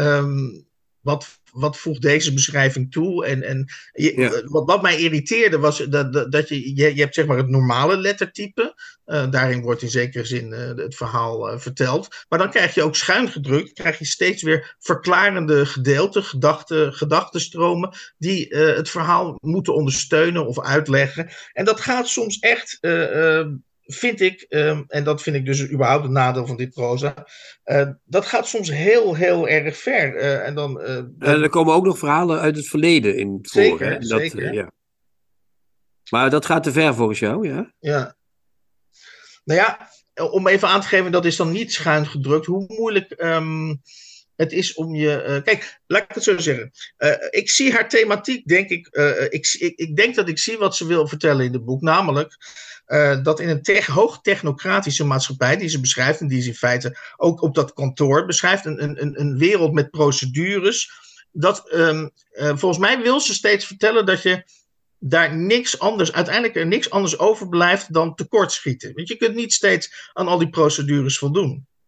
um, wat... Wat voegt deze beschrijving toe? En, en je, ja. wat, wat mij irriteerde was dat, dat, dat je, je, je hebt zeg maar het normale lettertype. Uh, daarin wordt in zekere zin uh, het verhaal uh, verteld. Maar dan krijg je ook schuin gedrukt, krijg je steeds weer verklarende gedeelten, gedachten, gedachtenstromen, die uh, het verhaal moeten ondersteunen of uitleggen. En dat gaat soms echt... Uh, uh, vind ik, um, en dat vind ik dus überhaupt het nadeel van dit proza, uh, dat gaat soms heel, heel erg ver. Uh, en, dan, uh, en er komen ook nog verhalen uit het verleden in voor. Zeker, hè? Dat, zeker. Uh, ja. Maar dat gaat te ver volgens jou, ja? Ja. Nou ja, om even aan te geven, dat is dan niet schuin gedrukt. Hoe moeilijk um, het is om je... Uh, kijk, laat ik het zo zeggen. Uh, ik zie haar thematiek, denk ik, uh, ik, ik... Ik denk dat ik zie wat ze wil vertellen in het boek. Namelijk... Uh, dat in een te- hoog technocratische maatschappij, die ze beschrijft, en die ze in feite ook op dat kantoor beschrijft, een, een, een wereld met procedures, dat um, uh, volgens mij wil ze steeds vertellen dat je daar niks anders, uiteindelijk er niks anders overblijft dan tekortschieten. Want je kunt niet steeds aan al die procedures voldoen.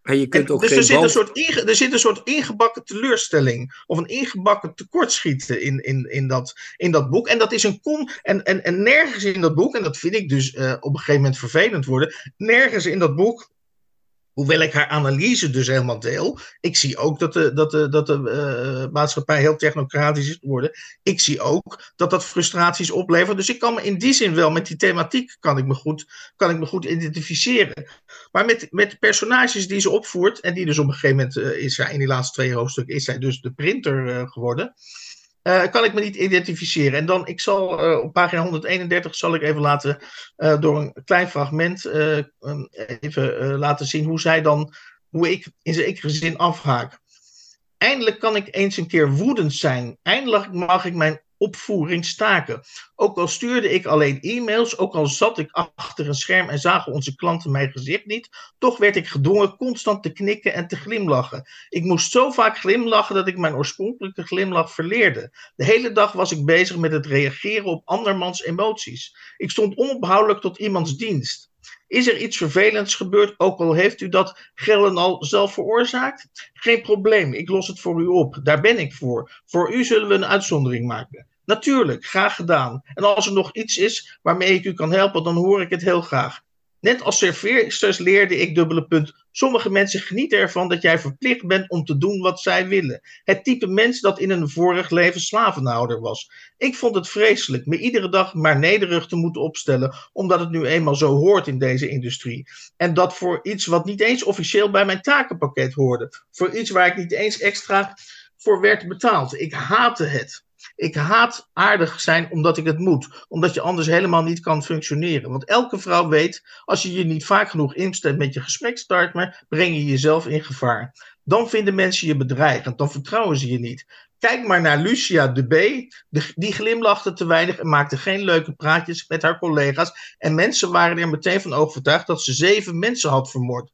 En je kunt en, ook dus geen er zit, band... een soort inge, er zit een soort ingebakken teleurstelling. Of een ingebakken tekortschieten in, in, in, dat, in dat boek. En dat is een kon. En, en, en nergens in dat boek, en dat vind ik dus uh, op een gegeven moment vervelend worden. Nergens in dat boek. Hoewel ik haar analyse dus helemaal deel. Ik zie ook dat de, dat de, dat de uh, maatschappij heel technocratisch is geworden. Ik zie ook dat dat frustraties oplevert. Dus ik kan me in die zin wel met die thematiek kan ik me goed, kan ik me goed identificeren. Maar met, met de personages die ze opvoert. En die dus op een gegeven moment uh, is zij in die laatste twee hoofdstukken. Is zij dus de printer uh, geworden. Uh, kan ik me niet identificeren. En dan, ik zal uh, op pagina honderdeenendertig zal ik even laten, uh, door een klein fragment, uh, um, even uh, laten zien hoe zij dan, hoe ik in zekere zin afhaak. Eindelijk kan ik eens een keer woedend zijn. Eindelijk mag ik mijn opvoering staken. Ook al stuurde ik alleen e-mails, ook al zat ik achter een scherm en zagen onze klanten mijn gezicht niet, toch werd ik gedwongen constant te knikken en te glimlachen. Ik moest zo vaak glimlachen dat ik mijn oorspronkelijke glimlach verleerde. De hele dag was ik bezig met het reageren op andermans emoties. Ik stond onophoudelijk tot iemands dienst. Is er iets vervelends gebeurd, ook al heeft u dat gillen al zelf veroorzaakt? Geen probleem, ik los het voor u op. Daar ben ik voor. Voor u zullen we een uitzondering maken. Natuurlijk, graag gedaan. En als er nog iets is waarmee ik u kan helpen, dan hoor ik het heel graag. Net als serveersters leerde ik dubbele punt. Sommige mensen genieten ervan dat jij verplicht bent om te doen wat zij willen. Het type mens dat in een vorig leven slavenhouder was. Ik vond het vreselijk me iedere dag maar nederig te moeten opstellen, omdat het nu eenmaal zo hoort in deze industrie. En dat voor iets wat niet eens officieel bij mijn takenpakket hoorde. Voor iets waar ik niet eens extra voor werd betaald. Ik haatte het. Ik haat aardig zijn omdat ik het moet. Omdat je anders helemaal niet kan functioneren. Want elke vrouw weet, als je je niet vaak genoeg instemt met je gesprekspartner, breng je jezelf in gevaar. Dan vinden mensen je bedreigend. Dan vertrouwen ze je niet. Kijk maar naar Lucia de B. De, die glimlachte te weinig en maakte geen leuke praatjes met haar collega's. En mensen waren er meteen van overtuigd dat ze zeven mensen had vermoord.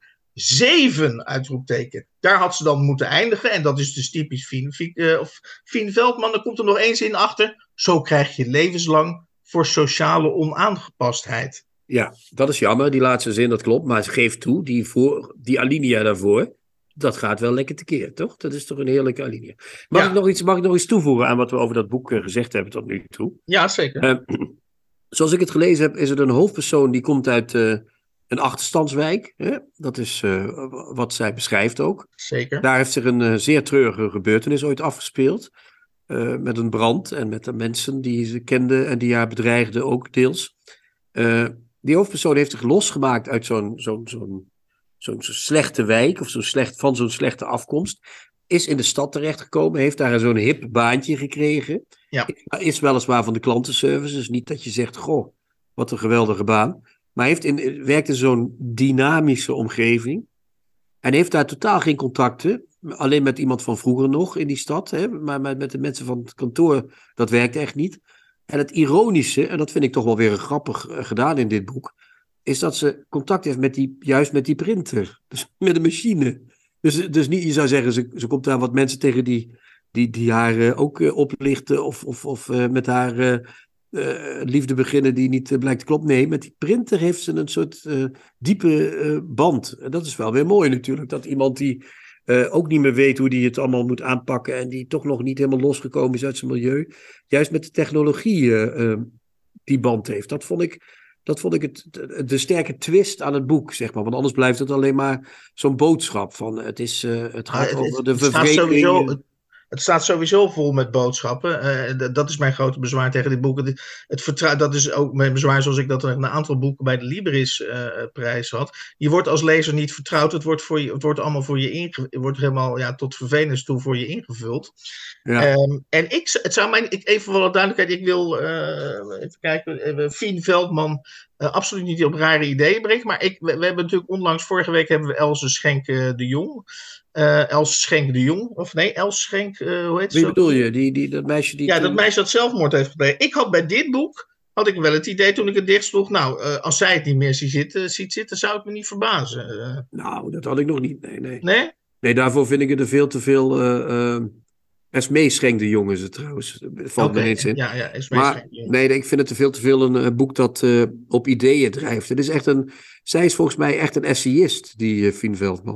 Zeven, uitroepteken. Daar had ze dan moeten eindigen. En dat is dus typisch Fien, Fien, uh, of Fien Veldman. Dan komt er nog één zin achter. Zo krijg je levenslang voor sociale onaangepastheid. Ja, dat is jammer, die laatste zin, dat klopt. Maar geef toe, die, voor, die alinea daarvoor, dat gaat wel lekker tekeer, toch? Dat is toch een heerlijke alinea. Mag, ja. ik, nog iets, mag ik nog iets toevoegen aan wat we over dat boek uh, gezegd hebben tot nu toe? Ja, zeker. Uh, zoals ik het gelezen heb, is er een hoofdpersoon die komt uit Uh, een achterstandswijk, hè? Dat is uh, wat zij beschrijft ook. Zeker. Daar heeft zich een uh, zeer treurige gebeurtenis ooit afgespeeld. Uh, met een brand en met de mensen die ze kende en die haar bedreigden ook deels. Uh, die hoofdpersoon heeft zich losgemaakt uit zo'n, zo'n, zo'n, zo'n slechte wijk, of zo'n slecht, van zo'n slechte afkomst. Is in de stad terechtgekomen, heeft daar zo'n hip baantje gekregen. Ja. Is weliswaar van de klantenservice, dus niet dat je zegt, goh, wat een geweldige baan. Maar heeft in, werkt in zo'n dynamische omgeving. En heeft daar totaal geen contacten. Alleen met iemand van vroeger nog in die stad. Hè? Maar met, met de mensen van het kantoor, dat werkt echt niet. En het ironische, en dat vind ik toch wel weer grappig uh, gedaan in dit boek, is dat ze contact heeft met die, juist met die printer. Dus met de machine. Dus, dus niet, je zou zeggen, ze, ze komt daar wat mensen tegen die, die, die haar uh, ook uh, oplichten. Of, of, of uh, met haar Uh, Uh, liefde beginnen die niet uh, blijkt te kloppen. Nee, met die printer heeft ze een soort uh, diepe uh, band. En dat is wel weer mooi natuurlijk. Dat iemand die uh, ook niet meer weet hoe die het allemaal moet aanpakken en die toch nog niet helemaal losgekomen is uit zijn milieu, juist met de technologie uh, uh, die band heeft. Dat vond ik, dat vond ik het, de sterke twist aan het boek, zeg maar. Want anders blijft het alleen maar zo'n boodschap van het, is, uh, het gaat ah, het, over de vervreemding. Het staat sowieso vol met boodschappen. Uh, d- dat is mijn grote bezwaar tegen dit boek. Het, het vertrou- dat is ook mijn bezwaar zoals ik dat een aantal boeken bij de Libris-prijs uh, had. Je wordt als lezer niet vertrouwd. Het wordt, voor je, het wordt allemaal voor je ingevuld. Het wordt helemaal ja, tot vervelens toe voor je ingevuld. Ja. Um, en ik, het zou mij, ik, even voor de duidelijkheid, ik wil uh, even kijken. Uh, Fien Veldman uh, absoluut niet op rare ideeën brengen. Maar ik, we, we hebben natuurlijk onlangs, vorige week hebben we Else Schenk uh, de Jong. Uh, Els Schenk de Jong, of nee, Els Schenk, uh, hoe heet ze? Wie bedoel je? Die, die, dat meisje die... Ja, toen... dat meisje dat zelfmoord heeft gepleegd. Ik had bij dit boek, had ik wel het idee toen ik het dichtsloeg, nou, uh, als zij het niet meer ziet zitten, ziet zitten, zou het me niet verbazen. Uh... Nou, dat had ik nog niet, nee, nee. Nee? Nee, daarvoor vind ik het er veel te veel... Uh, uh... Esmee Schenk de Jong is het trouwens, valt okay, me ineens in. Ja, ja, Esmee maar Schenk de Jong. Nee, ik vind het te veel te veel een uh, boek dat uh, op ideeën drijft. Het is echt een, zij is volgens mij echt een essayist, die uh, Fien Veldman.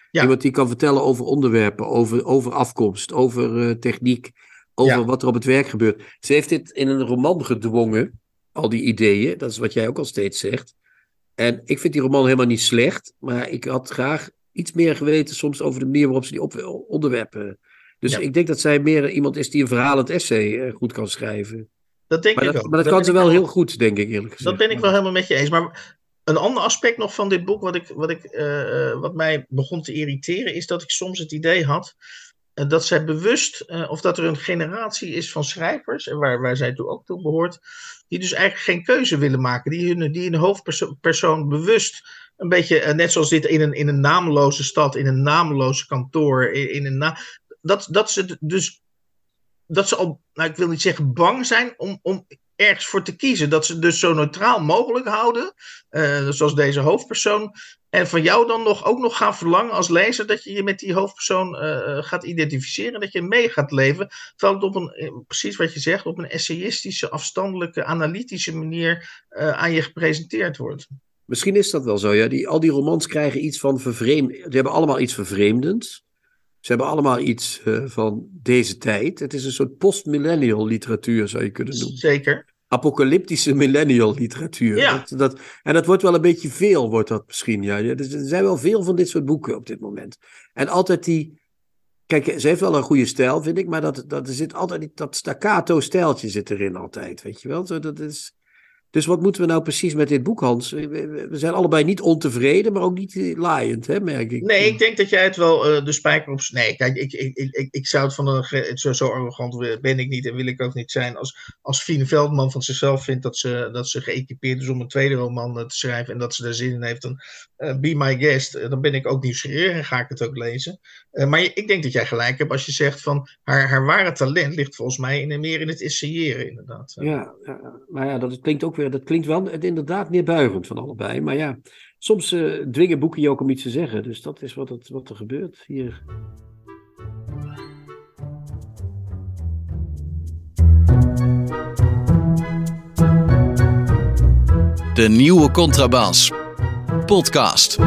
Ja. Iemand die kan vertellen over onderwerpen, over, over afkomst, over uh, techniek, over ja. wat er op het werk gebeurt. Ze heeft dit in een roman gedwongen, al die ideeën. Dat is wat jij ook al steeds zegt. En ik vind die roman helemaal niet slecht, maar ik had graag iets meer geweten soms over de manier waarop ze die op, onderwerpen. Dus ja. ik denk dat zij meer iemand is die een verhalend essay uh, goed kan schrijven. Dat denk maar ik dat, ook. Maar dat, dat kan ze wel, wel heel goed, denk ik eerlijk gezegd. Dat ben ik wel helemaal met je eens. Maar een ander aspect nog van dit boek, wat, ik, wat, ik, uh, wat mij begon te irriteren, is dat ik soms het idee had uh, dat zij bewust, uh, of dat er een generatie is van schrijvers, en waar, waar zij toe ook toe behoort, die dus eigenlijk geen keuze willen maken. Die hun, die hun hoofdpersoon bewust een beetje, uh, net zoals dit in een, in een nameloze stad, in een nameloze kantoor, in, in een na- dat, dat ze dus, dat ze al, nou ik wil niet zeggen bang zijn om, om ergens voor te kiezen. Dat ze dus zo neutraal mogelijk houden, uh, zoals deze hoofdpersoon. En van jou dan nog, ook nog gaan verlangen als lezer dat je je met die hoofdpersoon uh, gaat identificeren. Dat je mee gaat leven. Terwijl het op een, precies wat je zegt, op een essayistische, afstandelijke, analytische manier uh, aan je gepresenteerd wordt. Misschien is dat wel zo, ja. Die, al die romans krijgen iets van vervreemd. Ze hebben allemaal iets vervreemdends. Ze hebben allemaal iets uh, van deze tijd. Het is een soort post-millennial literatuur, zou je kunnen noemen. Zeker. Apocalyptische millennial literatuur. Ja. Dat, dat, en dat wordt wel een beetje veel, wordt dat misschien. Ja. Er zijn wel veel van dit soort boeken op dit moment. En altijd die... Kijk, ze heeft wel een goede stijl, vind ik. Maar dat, dat, er zit altijd die, dat staccato-stijltje zit erin altijd, weet je wel. Zo, dat is... Dus wat moeten we nou precies met dit boek, Hans? We zijn allebei niet ontevreden, maar ook niet laaiend, hè, merk ik. Nee, ik denk dat jij het wel uh, de spijker op... Nee, kijk, ik, ik, ik, ik zou het van een... Zo, zo arrogant ben ik niet en wil ik ook niet zijn. Als, als Fien Veldman van zichzelf vindt dat ze, dat ze geëquipeerd is om een tweede roman uh, te schrijven en dat ze daar zin in heeft, dan uh, be my guest. Uh, dan ben ik ook nieuwsgierig en ga ik het ook lezen. Uh, maar ik denk dat jij gelijk hebt als je zegt van haar, haar ware talent ligt volgens mij in, meer in het essayeren, inderdaad. Uh. Ja, ja, maar ja, dat klinkt ook weer... Dat klinkt wel het inderdaad neerbuigend van allebei. Maar ja, soms uh, dwingen boeken je ook om iets te zeggen. Dus dat is wat, het, wat er gebeurt hier. De Nieuwe Contrabas podcast.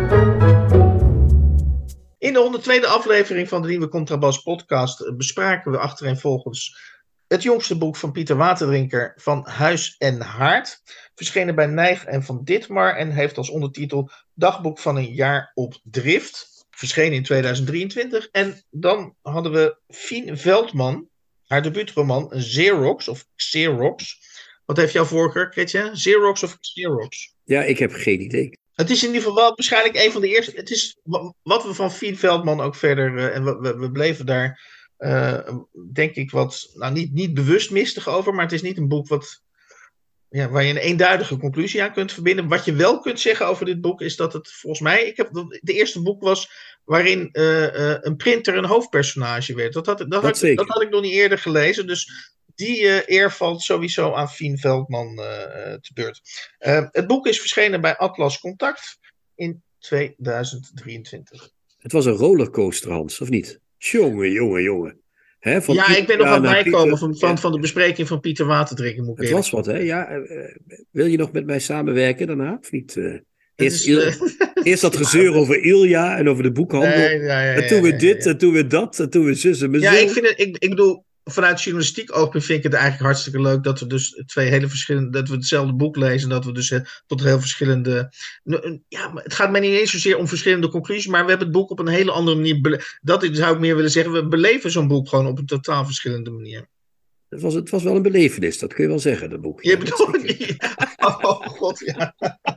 In de honderdtweede aflevering van de Nieuwe Contrabas podcast bespraken we achtereenvolgens het jongste boek van Pieter Waterdrinker, Van Huis en Haard, verschenen bij Nijg en Van Ditmar en heeft als ondertitel Dagboek van een jaar op drift, verschenen in tweeduizend drieëntwintig. En dan hadden we Fien Veldman, haar debuutroman Xerox of Xerox. Wat heeft jouw voorkeur, Kretje? Xerox of Xerox? Ja, ik heb geen idee. Het is in ieder geval wel waarschijnlijk een van de eerste. Het is wat we van Fien Veldman ook verder, uh, en we, we, we bleven daar... Uh, denk ik wat, nou niet, niet bewust mistig over, maar het is niet een boek wat, ja, waar je een eenduidige conclusie aan kunt verbinden. Wat je wel kunt zeggen over dit boek is dat het volgens mij, ik heb, de eerste boek was waarin uh, uh, een printer een hoofdpersonage werd. Dat had, dat, dat, had, dat had ik nog niet eerder gelezen, dus die uh, eer valt sowieso aan Fien Veldman uh, te beurt. Uh, het boek is verschenen bij Atlas Contact in tweeduizend drieëntwintig. Het was een rollercoaster, Hans, of niet? Jongen, jongen, jongen. Hè, van ja, ik ben nog aan het bijkomen van, van, ja. van de bespreking van Pieter Waterdrinker. Moet ik het was wat, hè? Ja, uh, wil je nog met mij samenwerken daarna, of niet? Uh, eerst, is, Il- uh, eerst dat gezeur over Ilja en over de boekhandel. Nee, ja, ja, en toen we ja, ja, dit, ja. en toen we dat, en toen we zus en Ja, zo. ik vind het, ik, ik bedoel, vanuit journalistiek oogpunt vind ik het eigenlijk hartstikke leuk dat we dus twee hele verschillende, dat we hetzelfde boek lezen, dat we dus uh, tot heel verschillende, uh, ja, het gaat mij niet eens zozeer om verschillende conclusies, maar we hebben het boek op een hele andere manier, bele- dat zou ik meer willen zeggen, we beleven zo'n boek gewoon op een totaal verschillende manier. Het was, het was wel een belevenis, dat kun je wel zeggen, dat boek. Je Ja, bedoelt, ja. Oh god, ja.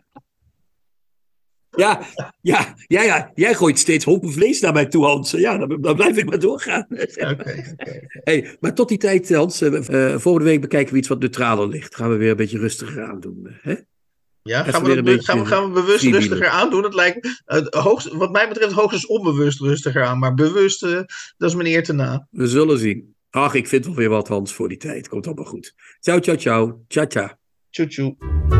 Ja, ja, ja, ja, jij gooit steeds hompen vlees naar mij toe, Hans. Ja, dan, dan blijf ik maar doorgaan. Oké, oké. Hey, maar tot die tijd, Hans, uh, uh, volgende week bekijken we iets wat neutraler ligt. Gaan we weer een beetje rustiger aandoen. Hè? Ja, gaan we, dat be- gaan, we, gaan we bewust freewheelen. rustiger aandoen? Het lijkt, uh, hoogst, wat mij betreft, hoogstens onbewust rustiger aan. Maar bewust, uh, dat is meneer te na. We zullen zien. Ach, ik vind wel weer wat, Hans, voor die tijd. Komt allemaal goed. Ciao, ciao, ciao. Ciao, ciao. Tjoe, tjoe.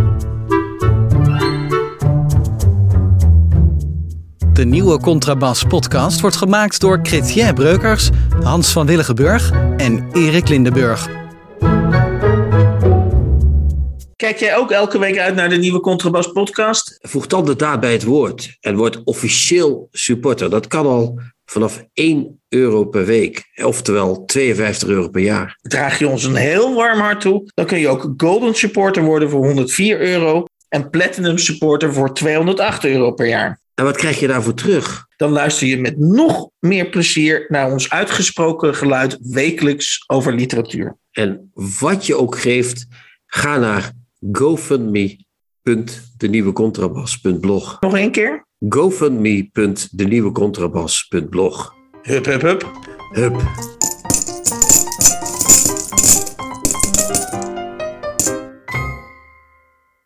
De Nieuwe Contrabas podcast wordt gemaakt door Chrétien Breukers, Hans van Willigenburg en Erik Lindenburg. Kijk jij ook elke week uit naar de nieuwe Contrabas podcast? Voeg dan de daad bij het woord en word officieel supporter. Dat kan al vanaf één euro per week, oftewel tweeënvijftig euro per jaar. Draag je ons een heel warm hart toe, dan kun je ook Golden Supporter worden voor honderdvier euro en Platinum Supporter voor tweehonderdacht euro per jaar. En wat krijg je daarvoor terug? Dan luister je met nog meer plezier naar ons uitgesproken geluid wekelijks over literatuur. En wat je ook geeft, ga naar GoFundMe punt de nieuwe contrabas punt blog. Nog één keer? GoFundMe punt de nieuwe contrabas punt blog. Hup, hup, hup. Hup.